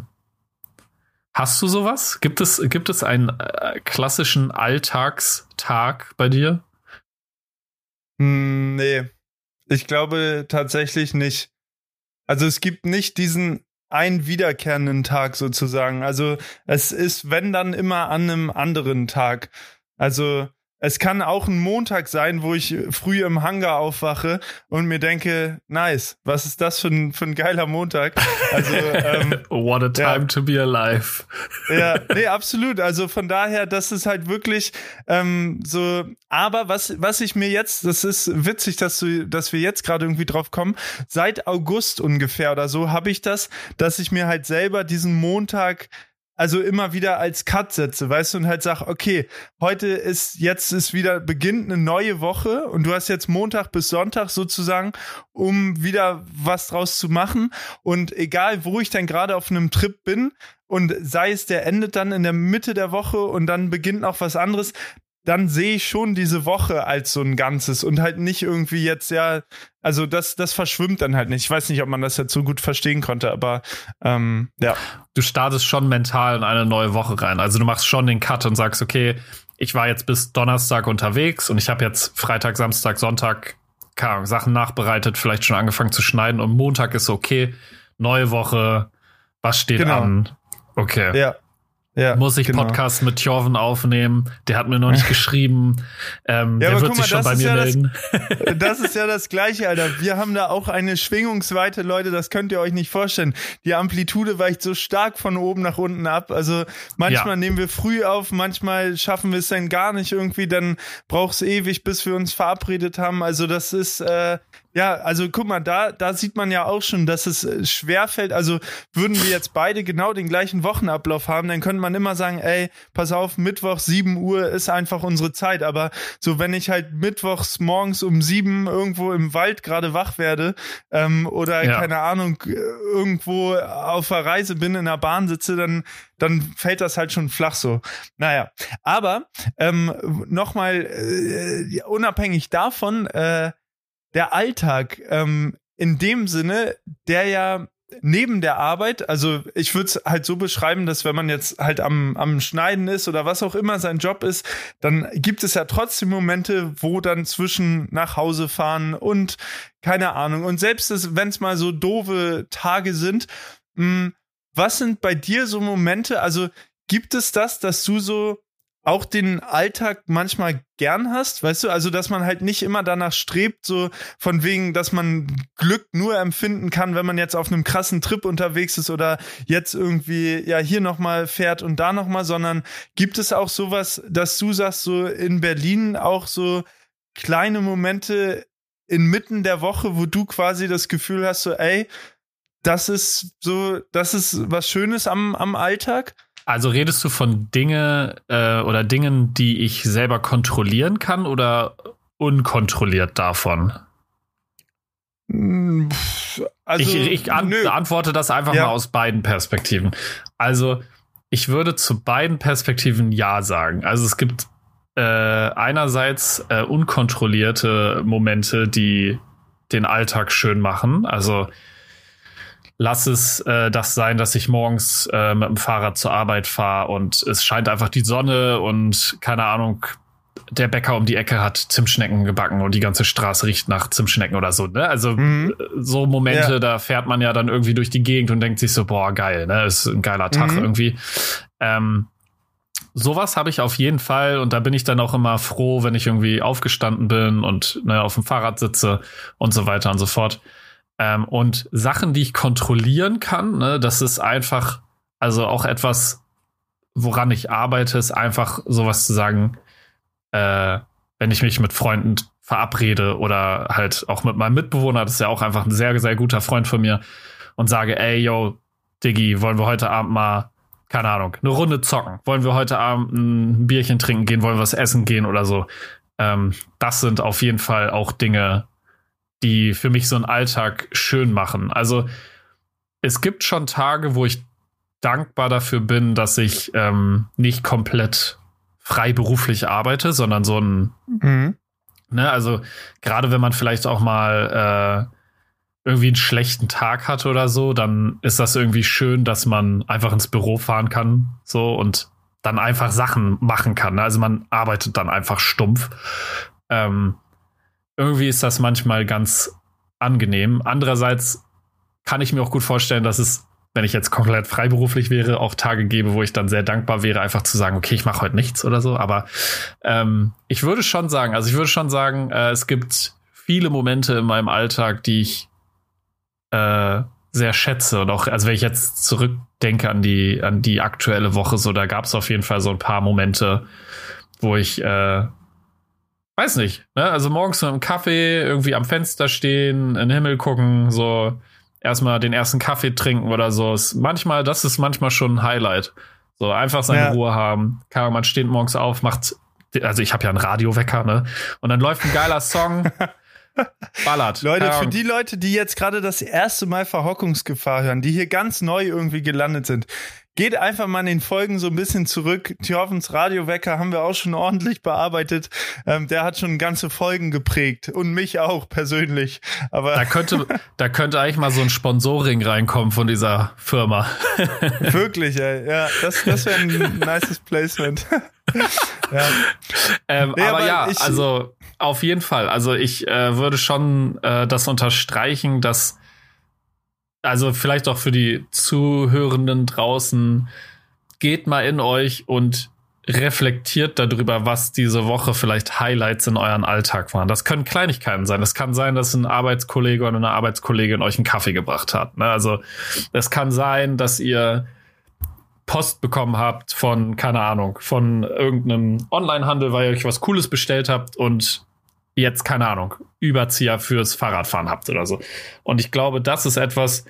B: hast du sowas? Gibt es einen klassischen Alltagstag bei dir?
C: Nee, ich glaube tatsächlich nicht. Also es gibt nicht diesen einen wiederkehrenden Tag sozusagen. Also es ist, wenn dann immer an einem anderen Tag. Also es kann auch ein Montag sein, wo ich früh im Hangar aufwache und mir denke, nice, was ist das für ein geiler Montag? Also
B: what a time to be alive.
C: Ja, nee, absolut. Also von daher, das ist halt wirklich so. Aber was ich mir jetzt, das ist witzig, dass wir jetzt gerade irgendwie drauf kommen. Seit August ungefähr oder so habe ich das, dass ich mir halt selber diesen Montag also immer wieder als Cut setze, weißt du, und halt sag, okay, beginnt eine neue Woche und du hast jetzt Montag bis Sonntag sozusagen, um wieder was draus zu machen und egal, wo ich dann gerade auf einem Trip bin und sei es, der endet dann in der Mitte der Woche und dann beginnt auch was anderes, dann sehe ich schon diese Woche als so ein Ganzes und halt nicht irgendwie jetzt, also das verschwimmt dann halt nicht. Ich weiß nicht, ob man das jetzt so gut verstehen konnte, aber ja.
B: Du startest schon mental in eine neue Woche rein. Also du machst schon den Cut und sagst, okay, ich war jetzt bis Donnerstag unterwegs und ich habe jetzt Freitag, Samstag, Sonntag, keine Ahnung, Sachen nachbereitet, vielleicht schon angefangen zu schneiden und Montag ist okay, neue Woche, was steht an? Okay.
C: Ja,
B: muss ich Podcast mit Thjörven aufnehmen? Der hat mir noch nicht geschrieben. Der wird sich schon bei mir melden.
C: Das ist ja das Gleiche, Alter. Wir haben da auch eine Schwingungsweite, Leute, das könnt ihr euch nicht vorstellen. Die Amplitude weicht so stark von oben nach unten ab. Also manchmal nehmen wir früh auf, manchmal schaffen wir es dann gar nicht irgendwie. Dann braucht es ewig, bis wir uns verabredet haben. Also das ist Ja, also guck mal, da sieht man ja auch schon, dass es schwerfällt. Also würden wir jetzt beide genau den gleichen Wochenablauf haben, dann könnte man immer sagen, ey, pass auf, Mittwoch 7 Uhr ist einfach unsere Zeit. Aber so, wenn ich halt mittwochs morgens um 7 irgendwo im Wald gerade wach werde oder keine Ahnung, irgendwo auf der Reise bin, in der Bahn sitze, dann fällt das halt schon flach so. Naja, aber nochmal unabhängig davon, der Alltag in dem Sinne, der ja neben der Arbeit, also ich würde es halt so beschreiben, dass wenn man jetzt halt am Schneiden ist oder was auch immer sein Job ist, dann gibt es ja trotzdem Momente, wo dann zwischen nach Hause fahren und keine Ahnung. Und selbst wenn es mal so doofe Tage sind, was sind bei dir so Momente, also gibt es das, dass du so auch den Alltag manchmal gern hast, weißt du, also dass man halt nicht immer danach strebt, so von wegen, dass man Glück nur empfinden kann, wenn man jetzt auf einem krassen Trip unterwegs ist oder jetzt irgendwie ja hier nochmal fährt und da nochmal, sondern gibt es auch sowas, dass du sagst, so in Berlin auch so kleine Momente inmitten der Woche, wo du quasi das Gefühl hast, so ey, das ist was Schönes am Alltag?
B: Also redest du von Dingen, die ich selber kontrollieren kann oder unkontrolliert davon?
C: Also,
B: ich beantworte das einfach mal aus beiden Perspektiven. Also ich würde zu beiden Perspektiven ja sagen. Also es gibt einerseits unkontrollierte Momente, die den Alltag schön machen. Also lass es das sein, dass ich morgens mit dem Fahrrad zur Arbeit fahre und es scheint einfach die Sonne und keine Ahnung, der Bäcker um die Ecke hat Zimtschnecken gebacken und die ganze Straße riecht nach Zimtschnecken oder so, ne? Also so Momente, da fährt man ja dann irgendwie durch die Gegend und denkt sich so, boah, geil, ne? Ist ein geiler Tag irgendwie. Sowas habe ich auf jeden Fall und da bin ich dann auch immer froh, wenn ich irgendwie aufgestanden bin und auf dem Fahrrad sitze und so weiter und so fort. Und Sachen, die ich kontrollieren kann, ne, das ist einfach, also auch etwas, woran ich arbeite, ist einfach sowas zu sagen, wenn ich mich mit Freunden verabrede oder halt auch mit meinem Mitbewohner, das ist ja auch einfach ein sehr, sehr guter Freund von mir, und sage, ey, yo, Diggi, wollen wir heute Abend mal, keine Ahnung, eine Runde zocken? Wollen wir heute Abend ein Bierchen trinken gehen? Wollen wir was essen gehen oder so? Das sind auf jeden Fall auch Dinge, die für mich so einen Alltag schön machen. Also es gibt schon Tage, wo ich dankbar dafür bin, dass ich nicht komplett freiberuflich arbeite, sondern so ein, ne, also gerade wenn man vielleicht auch mal irgendwie einen schlechten Tag hat oder so, dann ist das irgendwie schön, dass man einfach ins Büro fahren kann, so, und dann einfach Sachen machen kann. Also man arbeitet dann einfach stumpf. Irgendwie ist das manchmal ganz angenehm. Andererseits kann ich mir auch gut vorstellen, dass es, wenn ich jetzt komplett freiberuflich wäre, auch Tage gäbe, wo ich dann sehr dankbar wäre, einfach zu sagen, okay, ich mache heute nichts oder so. Aber ich würde schon sagen, es gibt viele Momente in meinem Alltag, die ich sehr schätze. Und auch, also wenn ich jetzt zurückdenke an die aktuelle Woche, so, da gab es auf jeden Fall so ein paar Momente, wo ich weiß nicht, ne? Also morgens mit einem Kaffee irgendwie am Fenster stehen, in den Himmel gucken, so erstmal den ersten Kaffee trinken oder so. Das ist manchmal schon ein Highlight. So einfach seine Ruhe haben. Man steht morgens auf, also ich habe ja einen Radiowecker, ne? Und dann läuft ein geiler Song, ballert.
C: Leute, für die Leute, die jetzt gerade das erste Mal Verhockungsgefahr hören, die hier ganz neu irgendwie gelandet sind, geht einfach mal in den Folgen so ein bisschen zurück. Thorfens Radiowecker haben wir auch schon ordentlich bearbeitet. Der hat schon ganze Folgen geprägt und mich auch persönlich. Aber
B: da könnte eigentlich mal so ein Sponsoring reinkommen von dieser Firma.
C: Wirklich, ey. Ja, das wäre ein nices Placement. Ja.
B: Aber ja, also auf jeden Fall. Also ich würde schon das unterstreichen, dass, also vielleicht auch für die Zuhörenden draußen, geht mal in euch und reflektiert darüber, was diese Woche vielleicht Highlights in euren Alltag waren. Das können Kleinigkeiten sein. Es kann sein, dass ein Arbeitskollege oder eine Arbeitskollegin euch einen Kaffee gebracht hat. Also es kann sein, dass ihr Post bekommen habt von, keine Ahnung, von irgendeinem Onlinehandel, weil ihr euch was Cooles bestellt habt und jetzt, keine Ahnung, Überzieher fürs Fahrradfahren habt oder so. Und ich glaube, das ist etwas,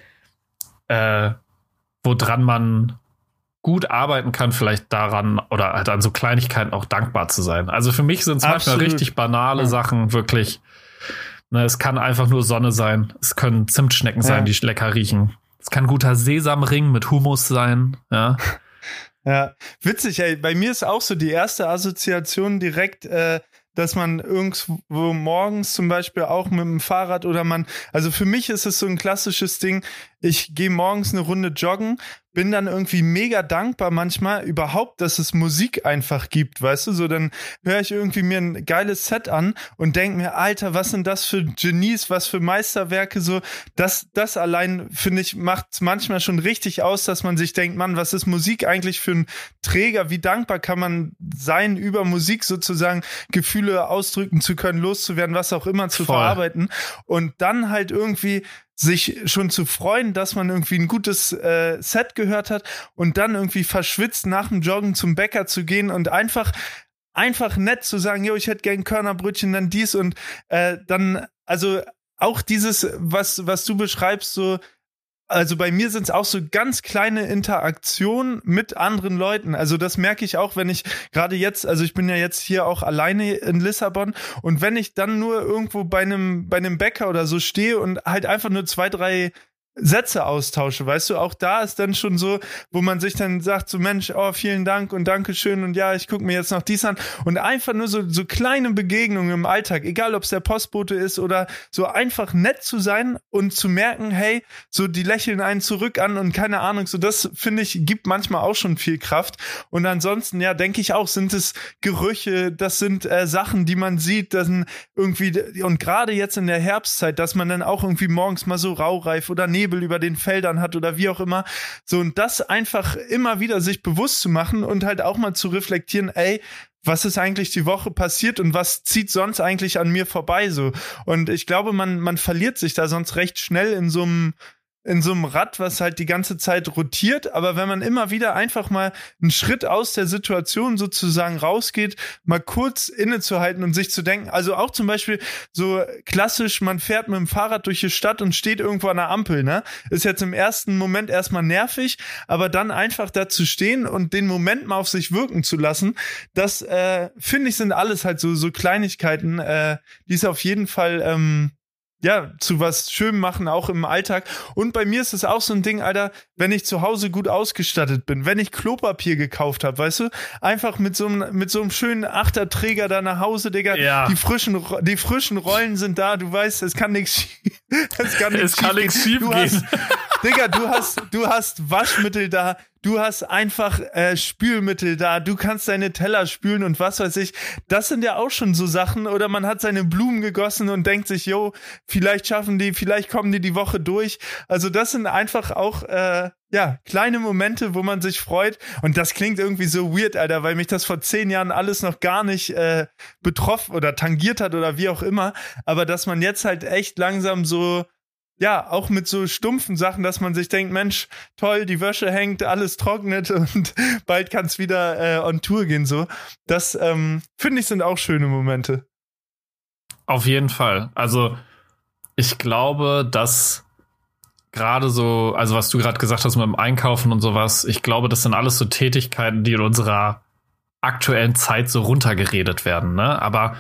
B: woran man gut arbeiten kann, vielleicht daran oder halt an so Kleinigkeiten auch dankbar zu sein. Also für mich sind es manchmal richtig banale Sachen, wirklich. Ne, es kann einfach nur Sonne sein. Es können Zimtschnecken sein, die lecker riechen. Es kann guter Sesamring mit Hummus sein. Ja.
C: Ja, witzig, ey. Bei mir ist auch so die erste Assoziation direkt, dass man irgendwo morgens zum Beispiel auch mit dem Fahrrad also für mich ist es so ein klassisches Ding, ich gehe morgens eine Runde joggen, bin dann irgendwie mega dankbar manchmal überhaupt, dass es Musik einfach gibt, weißt du, so dann höre ich irgendwie mir ein geiles Set an und denke mir, Alter, was sind das für Genies, was für Meisterwerke, so, das allein, finde ich, macht es manchmal schon richtig aus, dass man sich denkt, Mann, was ist Musik eigentlich für ein Träger, wie dankbar kann man sein, über Musik sozusagen Gefühle ausdrücken zu können, loszuwerden, was auch immer zu verarbeiten und dann halt irgendwie sich schon zu freuen, dass man irgendwie ein gutes Set gehört hat und dann irgendwie verschwitzt nach dem Joggen zum Bäcker zu gehen und einfach nett zu sagen, yo, ich hätte gern Körnerbrötchen, dann dies und dann, also auch dieses, was du beschreibst, so, also bei mir sind es auch so ganz kleine Interaktionen mit anderen Leuten. Also das merke ich auch, wenn ich gerade jetzt, also ich bin ja jetzt hier auch alleine in Lissabon und wenn ich dann nur irgendwo bei einem Bäcker oder so stehe und halt einfach nur 2, 3 Sätze austausche, weißt du, auch da ist dann schon so, wo man sich dann sagt, so Mensch, oh, vielen Dank und Dankeschön und ja, ich gucke mir jetzt noch dies an und einfach nur so kleine Begegnungen im Alltag, egal ob es der Postbote ist oder so einfach nett zu sein und zu merken, hey, so die lächeln einen zurück an und keine Ahnung, so das finde ich, gibt manchmal auch schon viel Kraft und ansonsten, ja, denke ich auch, sind es Gerüche, das sind Sachen, die man sieht, das sind irgendwie, und gerade jetzt in der Herbstzeit, dass man dann auch irgendwie morgens mal so Raureif oder Nebel über den Feldern hat oder wie auch immer. So, und das einfach immer wieder sich bewusst zu machen und halt auch mal zu reflektieren, ey, was ist eigentlich die Woche passiert und was zieht sonst eigentlich an mir vorbei so. Und ich glaube, man verliert sich da sonst recht schnell in so einem Rad, was halt die ganze Zeit rotiert, aber wenn man immer wieder einfach mal einen Schritt aus der Situation sozusagen rausgeht, mal kurz innezuhalten und sich zu denken, also auch zum Beispiel so klassisch, man fährt mit dem Fahrrad durch die Stadt und steht irgendwo an der Ampel, ne? Ist jetzt im ersten Moment erstmal nervig, aber dann einfach da zu stehen und den Moment mal auf sich wirken zu lassen, das finde ich sind alles halt so Kleinigkeiten, die es auf jeden Fall zu was Schönem machen, auch im Alltag. Und bei mir ist es auch so ein Ding, Alter, wenn ich zu Hause gut ausgestattet bin, wenn ich Klopapier gekauft habe, weißt du, einfach mit so einem schönen Achterträger da nach Hause, Digga, die frischen Rollen sind da, du weißt, es kann nichts schief gehen. Digga, du hast Waschmittel da, du hast einfach Spülmittel da, du kannst deine Teller spülen und was weiß ich. Das sind ja auch schon so Sachen. Oder man hat seine Blumen gegossen und denkt sich, yo, vielleicht kommen die Woche durch. Also das sind einfach auch kleine Momente, wo man sich freut. Und das klingt irgendwie so weird, Alter, weil mich das vor 10 Jahren alles noch gar nicht betroffen oder tangiert hat oder wie auch immer. Aber dass man jetzt halt echt langsam so, ja, auch mit so stumpfen Sachen, dass man sich denkt, Mensch, toll, die Wäsche hängt, alles trocknet und bald kann es wieder on Tour gehen, so. Das, finde ich, sind auch schöne Momente.
B: Auf jeden Fall. Also, ich glaube, dass gerade so, also was du gerade gesagt hast mit dem Einkaufen und sowas, ich glaube, das sind alles so Tätigkeiten, die in unserer aktuellen Zeit so runtergeredet werden, ne? Aber,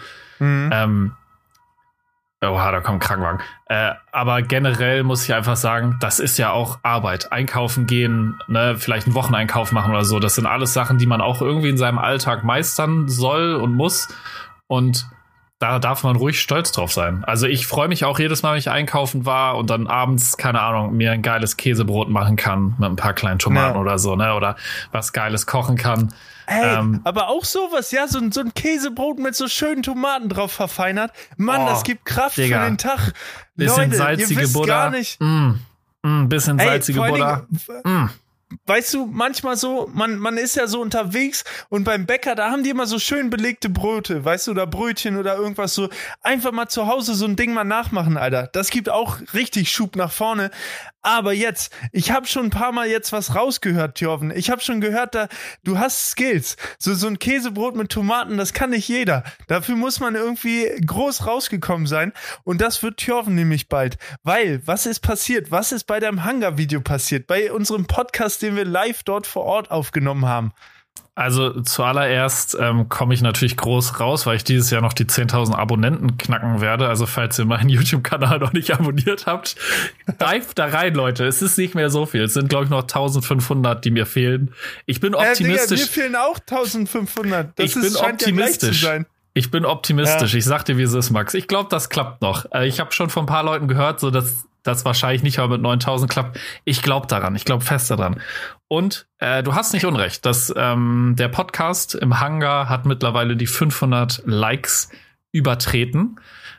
B: oha, da kommt ein Krankenwagen. Aber generell muss ich einfach sagen, das ist ja auch Arbeit. Einkaufen gehen, ne, vielleicht einen Wocheneinkauf machen oder so. Das sind alles Sachen, die man auch irgendwie in seinem Alltag meistern soll und muss. Und da darf man ruhig stolz drauf sein. Also ich freue mich auch jedes Mal, wenn ich einkaufen war und dann abends, keine Ahnung, mir ein geiles Käsebrot machen kann mit ein paar kleinen Tomaten oder so, ne? Oder was Geiles kochen kann.
C: Ey, aber auch sowas, ja, so ein Käsebrot mit so schönen Tomaten drauf verfeinert. Mann, das gibt Kraft, Digga, für den Tag.
B: Bisschen
C: Leute,
B: salzige
C: ihr wisst
B: Butter.
C: Gar nicht.
B: Bisschen salzige Butter.
C: Weißt du, manchmal so, man ist ja so unterwegs und beim Bäcker, da haben die immer so schön belegte Brote, weißt du, oder Brötchen oder irgendwas so. Einfach mal zu Hause so ein Ding mal nachmachen, Alter. Das gibt auch richtig Schub nach vorne. Aber jetzt, ich habe schon ein paar Mal jetzt was rausgehört, Thjörven. Ich habe schon gehört, du hast Skills. So ein Käsebrot mit Tomaten, das kann nicht jeder. Dafür muss man irgendwie groß rausgekommen sein. Und das wird Thjörven nämlich bald. Weil, was ist passiert? Was ist bei deinem Hangar-Video passiert? Bei unserem Podcast, den wir live dort vor Ort aufgenommen haben?
B: Also zuallererst komme ich natürlich groß raus, weil ich dieses Jahr noch die 10.000 Abonnenten knacken werde. Also falls ihr meinen YouTube-Kanal noch nicht abonniert habt, dive da rein, Leute. Es ist nicht mehr so viel. Es sind, glaube ich, noch 1.500, die mir fehlen. Ich bin optimistisch.
C: Digga, mir fehlen auch 1.500.
B: Ich bin optimistisch. Ich bin optimistisch. Ja. Ich sag dir, wie es ist, Max. Ich glaube, das klappt noch. Ich habe schon von ein paar Leuten gehört, so dass das wahrscheinlich nicht mal mit 9.000 klappt. Ich glaube daran. Ich glaube fest daran. Und du hast nicht unrecht. Der Podcast im Hangar hat mittlerweile die 500 Likes übertreten.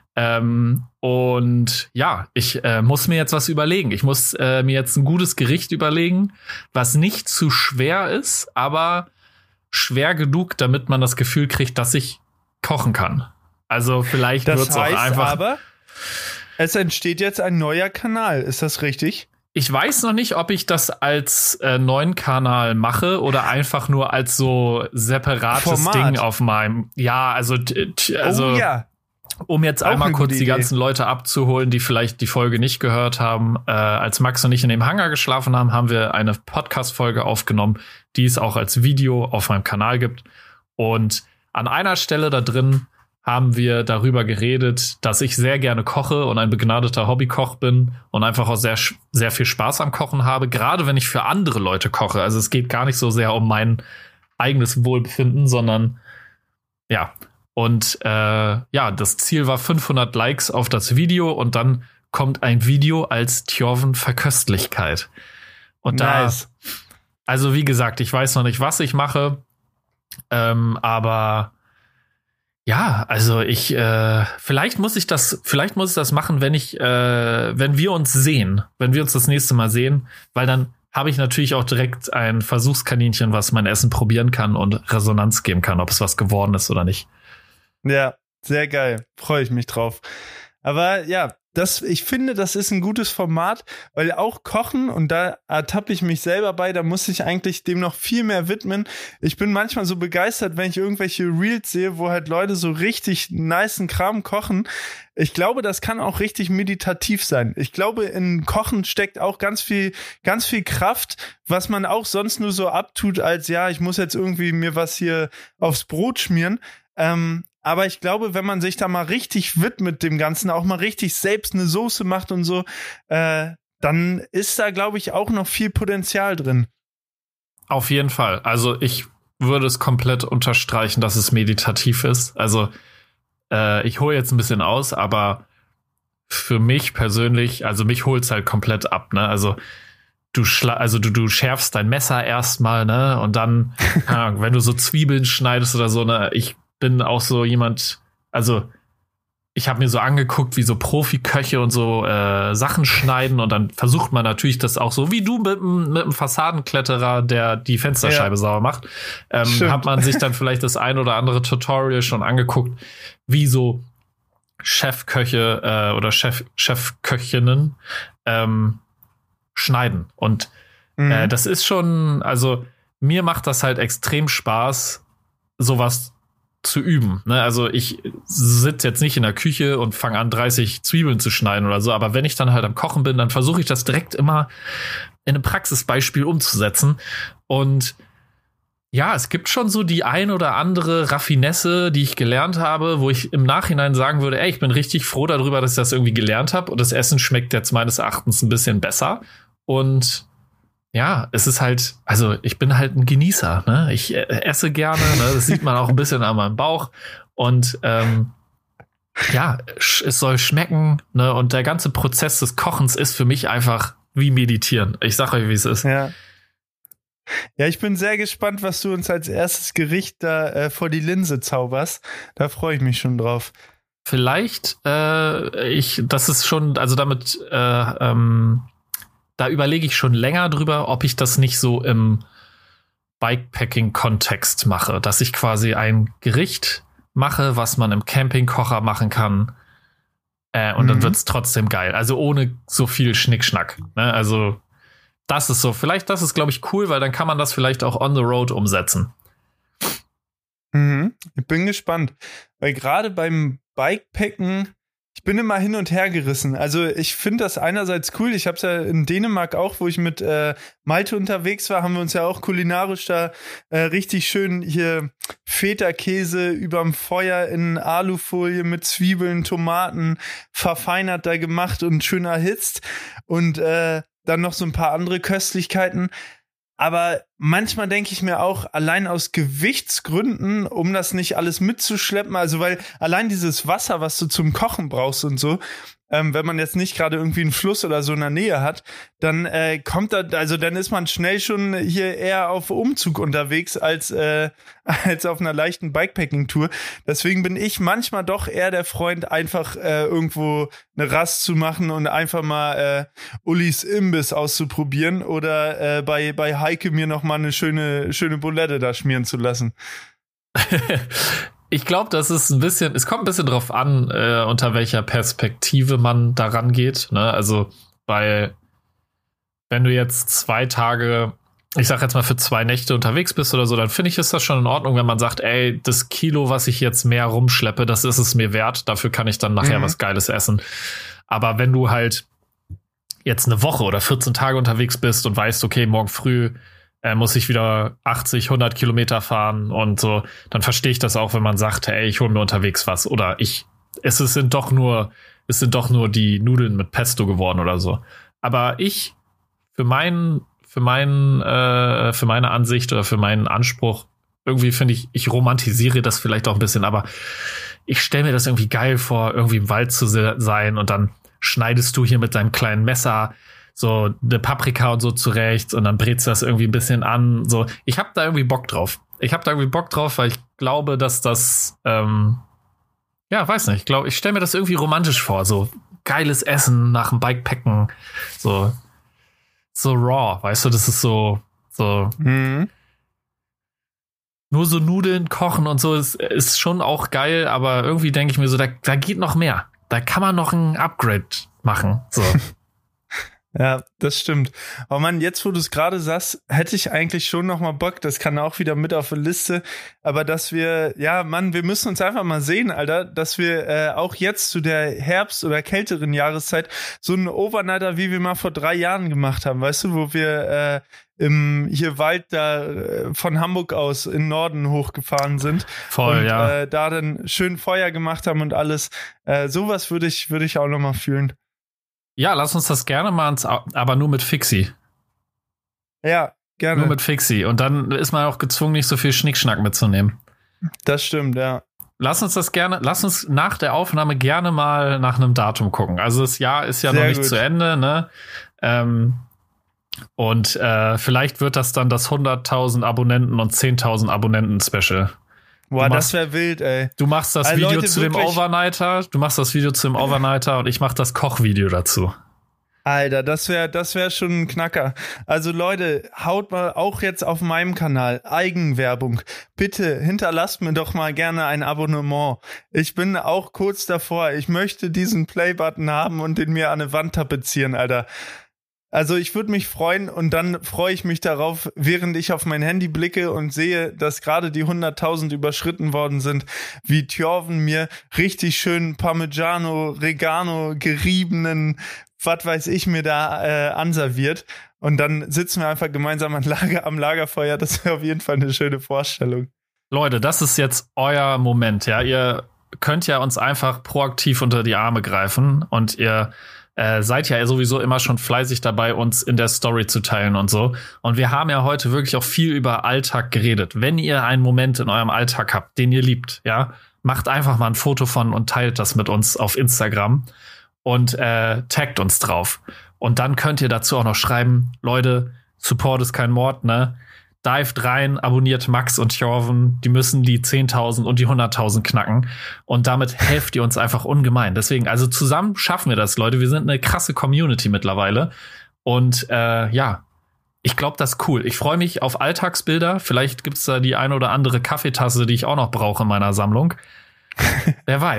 B: Und ja, ich muss mir jetzt was überlegen. Ich muss mir jetzt ein gutes Gericht überlegen, was nicht zu schwer ist, aber schwer genug, damit man das Gefühl kriegt, dass ich kochen kann. Also vielleicht wird es auch einfach.
C: Aber es entsteht jetzt ein neuer Kanal. Ist das richtig?
B: Ich weiß noch nicht, ob ich das als neuen Kanal mache oder einfach nur als so separates
C: Format.
B: Ding auf meinem. Ja, also
C: ja.
B: Um jetzt
C: Auch
B: einmal kurz die
C: Idee.
B: ganzen Leute abzuholen, die vielleicht die Folge nicht gehört haben. Als Max und ich in dem Hangar geschlafen haben, haben wir eine Podcast-Folge aufgenommen, die es auch als Video auf meinem Kanal gibt. Und an einer Stelle da drin haben wir darüber geredet, dass ich sehr gerne koche und ein begnadeter Hobbykoch bin und einfach auch sehr, sehr viel Spaß am Kochen habe, gerade wenn ich für andere Leute koche. Also es geht gar nicht so sehr um mein eigenes Wohlbefinden, sondern ja. Und das Ziel war 500 Likes auf das Video und dann kommt ein Video als Thjörven Verköstlichkeit. Und
C: nice.
B: Also wie gesagt, ich weiß noch nicht, was ich mache, aber ja, also vielleicht muss ich das machen, wenn wir uns sehen, wenn wir uns das nächste Mal sehen, weil dann habe ich natürlich auch direkt ein Versuchskaninchen, was mein Essen probieren kann und Resonanz geben kann, ob es was geworden ist oder nicht.
C: Ja, sehr geil. Freue ich mich drauf. Aber ja, ich finde, das ist ein gutes Format, weil auch Kochen, und da ertappe ich mich selber bei, da muss ich eigentlich dem noch viel mehr widmen. Ich bin manchmal so begeistert, wenn ich irgendwelche Reels sehe, wo halt Leute so richtig nicen Kram kochen. Ich glaube, das kann auch richtig meditativ sein. Ich glaube, in Kochen steckt auch ganz viel Kraft, was man auch sonst nur so abtut als, ja, ich muss jetzt irgendwie mir was hier aufs Brot schmieren. Aber ich glaube, wenn man sich da mal richtig widmet dem Ganzen, auch mal richtig selbst eine Soße macht und so, dann ist da, glaube ich, auch noch viel Potenzial drin.
B: Auf jeden Fall. Also ich würde es komplett unterstreichen, dass es meditativ ist. Also ich hole jetzt ein bisschen aus, aber für mich persönlich, also mich holt es halt komplett ab, ne? Also du schärfst dein Messer erstmal, ne? Und dann, wenn du so Zwiebeln schneidest oder so, ne? Ich bin auch so jemand, also ich habe mir so angeguckt, wie so Profiköche und so Sachen schneiden und dann versucht man natürlich das auch so, wie du mit einem Fassadenkletterer, der die Fensterscheibe sauber macht, hat man sich dann vielleicht das ein oder andere Tutorial schon angeguckt, wie so Chefköche oder Chefköchinnen schneiden. Und das ist schon, also mir macht das halt extrem Spaß, sowas zu üben. Ne? Also ich sitze jetzt nicht in der Küche und fange an, 30 Zwiebeln zu schneiden oder so, aber wenn ich dann halt am Kochen bin, dann versuche ich das direkt immer in einem Praxisbeispiel umzusetzen. Und ja, es gibt schon so die ein oder andere Raffinesse, die ich gelernt habe, wo ich im Nachhinein sagen würde, ey, ich bin richtig froh darüber, dass ich das irgendwie gelernt habe und das Essen schmeckt jetzt meines Erachtens ein bisschen besser. Und ja, es ist halt, also ich bin halt ein Genießer, ne? Ich esse gerne, ne? Das sieht man auch ein bisschen an meinem Bauch. Und ja, es soll schmecken, ne? Und der ganze Prozess des Kochens ist für mich einfach wie Meditieren. Ich sag euch, wie es ist.
C: Ja. Ja, ich bin sehr gespannt, was du uns als erstes Gericht da vor die Linse zauberst. Da freue ich mich schon drauf.
B: Vielleicht, das ist schon, also damit, da überlege ich schon länger drüber, ob ich das nicht so im Bikepacking-Kontext mache, dass ich quasi ein Gericht mache, was man im Campingkocher machen kann, Und dann wird's trotzdem geil. Also ohne so viel Schnickschnack. Ne? Also das ist so, vielleicht das ist, glaube ich, cool, weil dann kann man das vielleicht auch on the road umsetzen.
C: Ich bin gespannt, weil gerade beim Bikepacken, ich bin immer hin und her gerissen. Also ich finde das einerseits cool. Ich habe es ja in Dänemark auch, wo ich mit Malte unterwegs war, haben wir uns ja auch kulinarisch da richtig schön hier Feta-Käse überm Feuer in Alufolie mit Zwiebeln, Tomaten verfeinert da gemacht und schön erhitzt. Und dann noch so ein paar andere Köstlichkeiten. Aber manchmal denke ich mir auch, allein aus Gewichtsgründen, um das nicht alles mitzuschleppen, also weil allein dieses Wasser, was du zum Kochen brauchst und so, wenn man jetzt nicht gerade irgendwie einen Fluss oder so in der Nähe hat, dann dann ist man schnell schon hier eher auf Umzug unterwegs als auf einer leichten Bikepacking-Tour. Deswegen bin ich manchmal doch eher der Freund, einfach irgendwo eine Rast zu machen und einfach mal Ullis Imbiss auszuprobieren oder bei Heike mir noch mal eine schöne Bulette da schmieren zu lassen.
B: Ich glaube, es kommt ein bisschen drauf an, unter welcher Perspektive man daran geht. Ne? Also, weil wenn du jetzt 2 Tage, ich sag jetzt mal für 2 Nächte unterwegs bist oder so, dann finde ich, ist das schon in Ordnung, wenn man sagt, ey, das Kilo, was ich jetzt mehr rumschleppe, das ist es mir wert. Dafür kann ich dann nachher was Geiles essen. Aber wenn du halt jetzt eine Woche oder 14 Tage unterwegs bist und weißt, okay, morgen früh muss ich wieder 80, 100 Kilometer fahren und so, dann verstehe ich das auch, wenn man sagt, ey, ich hole mir unterwegs was oder es sind doch nur die Nudeln mit Pesto geworden oder so. Aber für meine Ansicht oder für meinen Anspruch, irgendwie finde ich romantisiere das vielleicht auch ein bisschen, aber ich stelle mir das irgendwie geil vor, irgendwie im Wald zu sein und dann schneidest du hier mit deinem kleinen Messer so eine Paprika und so zurecht und dann brätst du das irgendwie ein bisschen an. So, ich habe da irgendwie Bock drauf. Weil ich glaube, dass das, weiß nicht, ich stelle mir das irgendwie romantisch vor. So geiles Essen nach dem Bikepacken. So raw, weißt du, das ist so. Nur so Nudeln kochen und so ist schon auch geil, aber irgendwie denke ich mir so, da geht noch mehr. Da kann man noch ein Upgrade machen. So.
C: Ja, das stimmt. Aber Mann, jetzt wo du es gerade sagst, hätte ich eigentlich schon noch mal Bock, das kann auch wieder mit auf die Liste, aber dass wir, wir müssen uns einfach mal sehen, Alter, dass wir auch jetzt zu der Herbst- oder kälteren Jahreszeit so einen Overnighter, wie wir mal vor 3 Jahren gemacht haben, weißt du, wo wir im hier Wald da von Hamburg aus in Norden hochgefahren sind.
B: Voll,
C: und,
B: ja.
C: Da dann schön Feuer gemacht haben und alles. Sowas würde ich auch noch mal fühlen.
B: Ja, lass uns das gerne mal aber nur mit Fixie.
C: Ja, gerne.
B: Nur mit Fixie. Und dann ist man auch gezwungen, nicht so viel Schnickschnack mitzunehmen.
C: Das stimmt, ja.
B: Lass uns nach der Aufnahme gerne mal nach einem Datum gucken. Also das Jahr ist ja sehr noch nicht zu Ende, ne? Und vielleicht wird das dann das 100.000 Abonnenten und 10.000 Abonnenten Special.
C: Boah, das wäre wild, ey.
B: Du machst das Video zu dem Overnighter, und ich mach das Kochvideo dazu.
C: Alter, das wär schon ein Knacker. Also Leute, haut mal auch jetzt auf meinem Kanal Eigenwerbung. Bitte hinterlasst mir doch mal gerne ein Abonnement. Ich bin auch kurz davor. Ich möchte diesen Play-Button haben und den mir an eine Wand tapezieren, Alter. Also ich würde mich freuen und dann freue ich mich darauf, während ich auf mein Handy blicke und sehe, dass gerade die 100.000 überschritten worden sind, wie Thjörven mir richtig schön Parmigiano Regano geriebenen, was weiß ich, mir da anserviert. Und dann sitzen wir einfach gemeinsam am Lagerfeuer. Das wäre auf jeden Fall eine schöne Vorstellung.
B: Leute, das ist jetzt euer Moment, ja. Ihr könnt ja uns einfach proaktiv unter die Arme greifen und ihr seid ja sowieso immer schon fleißig dabei, uns in der Story zu teilen und so. Und wir haben ja heute wirklich auch viel über Alltag geredet. Wenn ihr einen Moment in eurem Alltag habt, den ihr liebt, ja, macht einfach mal ein Foto von und teilt das mit uns auf Instagram und taggt uns drauf. Und dann könnt ihr dazu auch noch schreiben, Leute, Support ist kein Mord, ne? Dived rein, abonniert Max und Thjörven, die müssen die 10.000 und die 100.000 knacken und damit helft ihr uns einfach ungemein. Deswegen, also zusammen schaffen wir das, Leute. Wir sind eine krasse Community mittlerweile und ich glaube, das ist cool. Ich freue mich auf Alltagsbilder. Vielleicht gibt's da die eine oder andere Kaffeetasse, die ich auch noch brauche in meiner Sammlung. Wer weiß.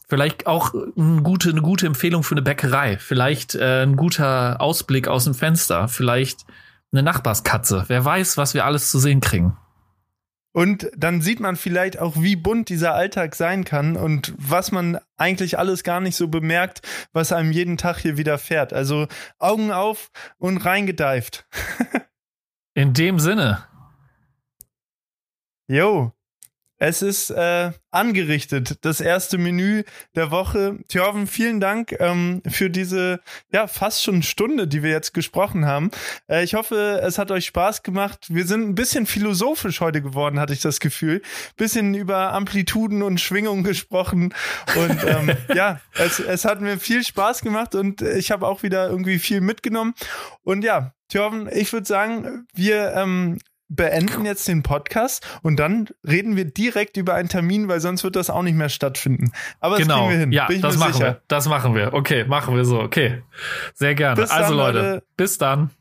B: Vielleicht auch eine gute Empfehlung für eine Bäckerei. Vielleicht ein guter Ausblick aus dem Fenster. Vielleicht eine Nachbarskatze. Wer weiß, was wir alles zu sehen kriegen.
C: Und dann sieht man vielleicht auch, wie bunt dieser Alltag sein kann und was man eigentlich alles gar nicht so bemerkt, was einem jeden Tag hier widerfährt. Also Augen auf und reingedeift.
B: In dem Sinne.
C: Jo. Es ist angerichtet, das erste Menü der Woche. Thjörven, vielen Dank für diese fast schon Stunde, die wir jetzt gesprochen haben. Ich hoffe, es hat euch Spaß gemacht. Wir sind ein bisschen philosophisch heute geworden, hatte ich das Gefühl. Bisschen über Amplituden und Schwingungen gesprochen. Und es hat mir viel Spaß gemacht und ich habe auch wieder irgendwie viel mitgenommen. Und ja, Thjörven, ich würde sagen, wir beenden jetzt den Podcast und dann reden wir direkt über einen Termin, weil sonst wird das auch nicht mehr stattfinden. Aber das kriegen wir hin.
B: Ja, das machen wir. Okay, machen wir so. Okay, sehr gerne. Also Leute, bis dann.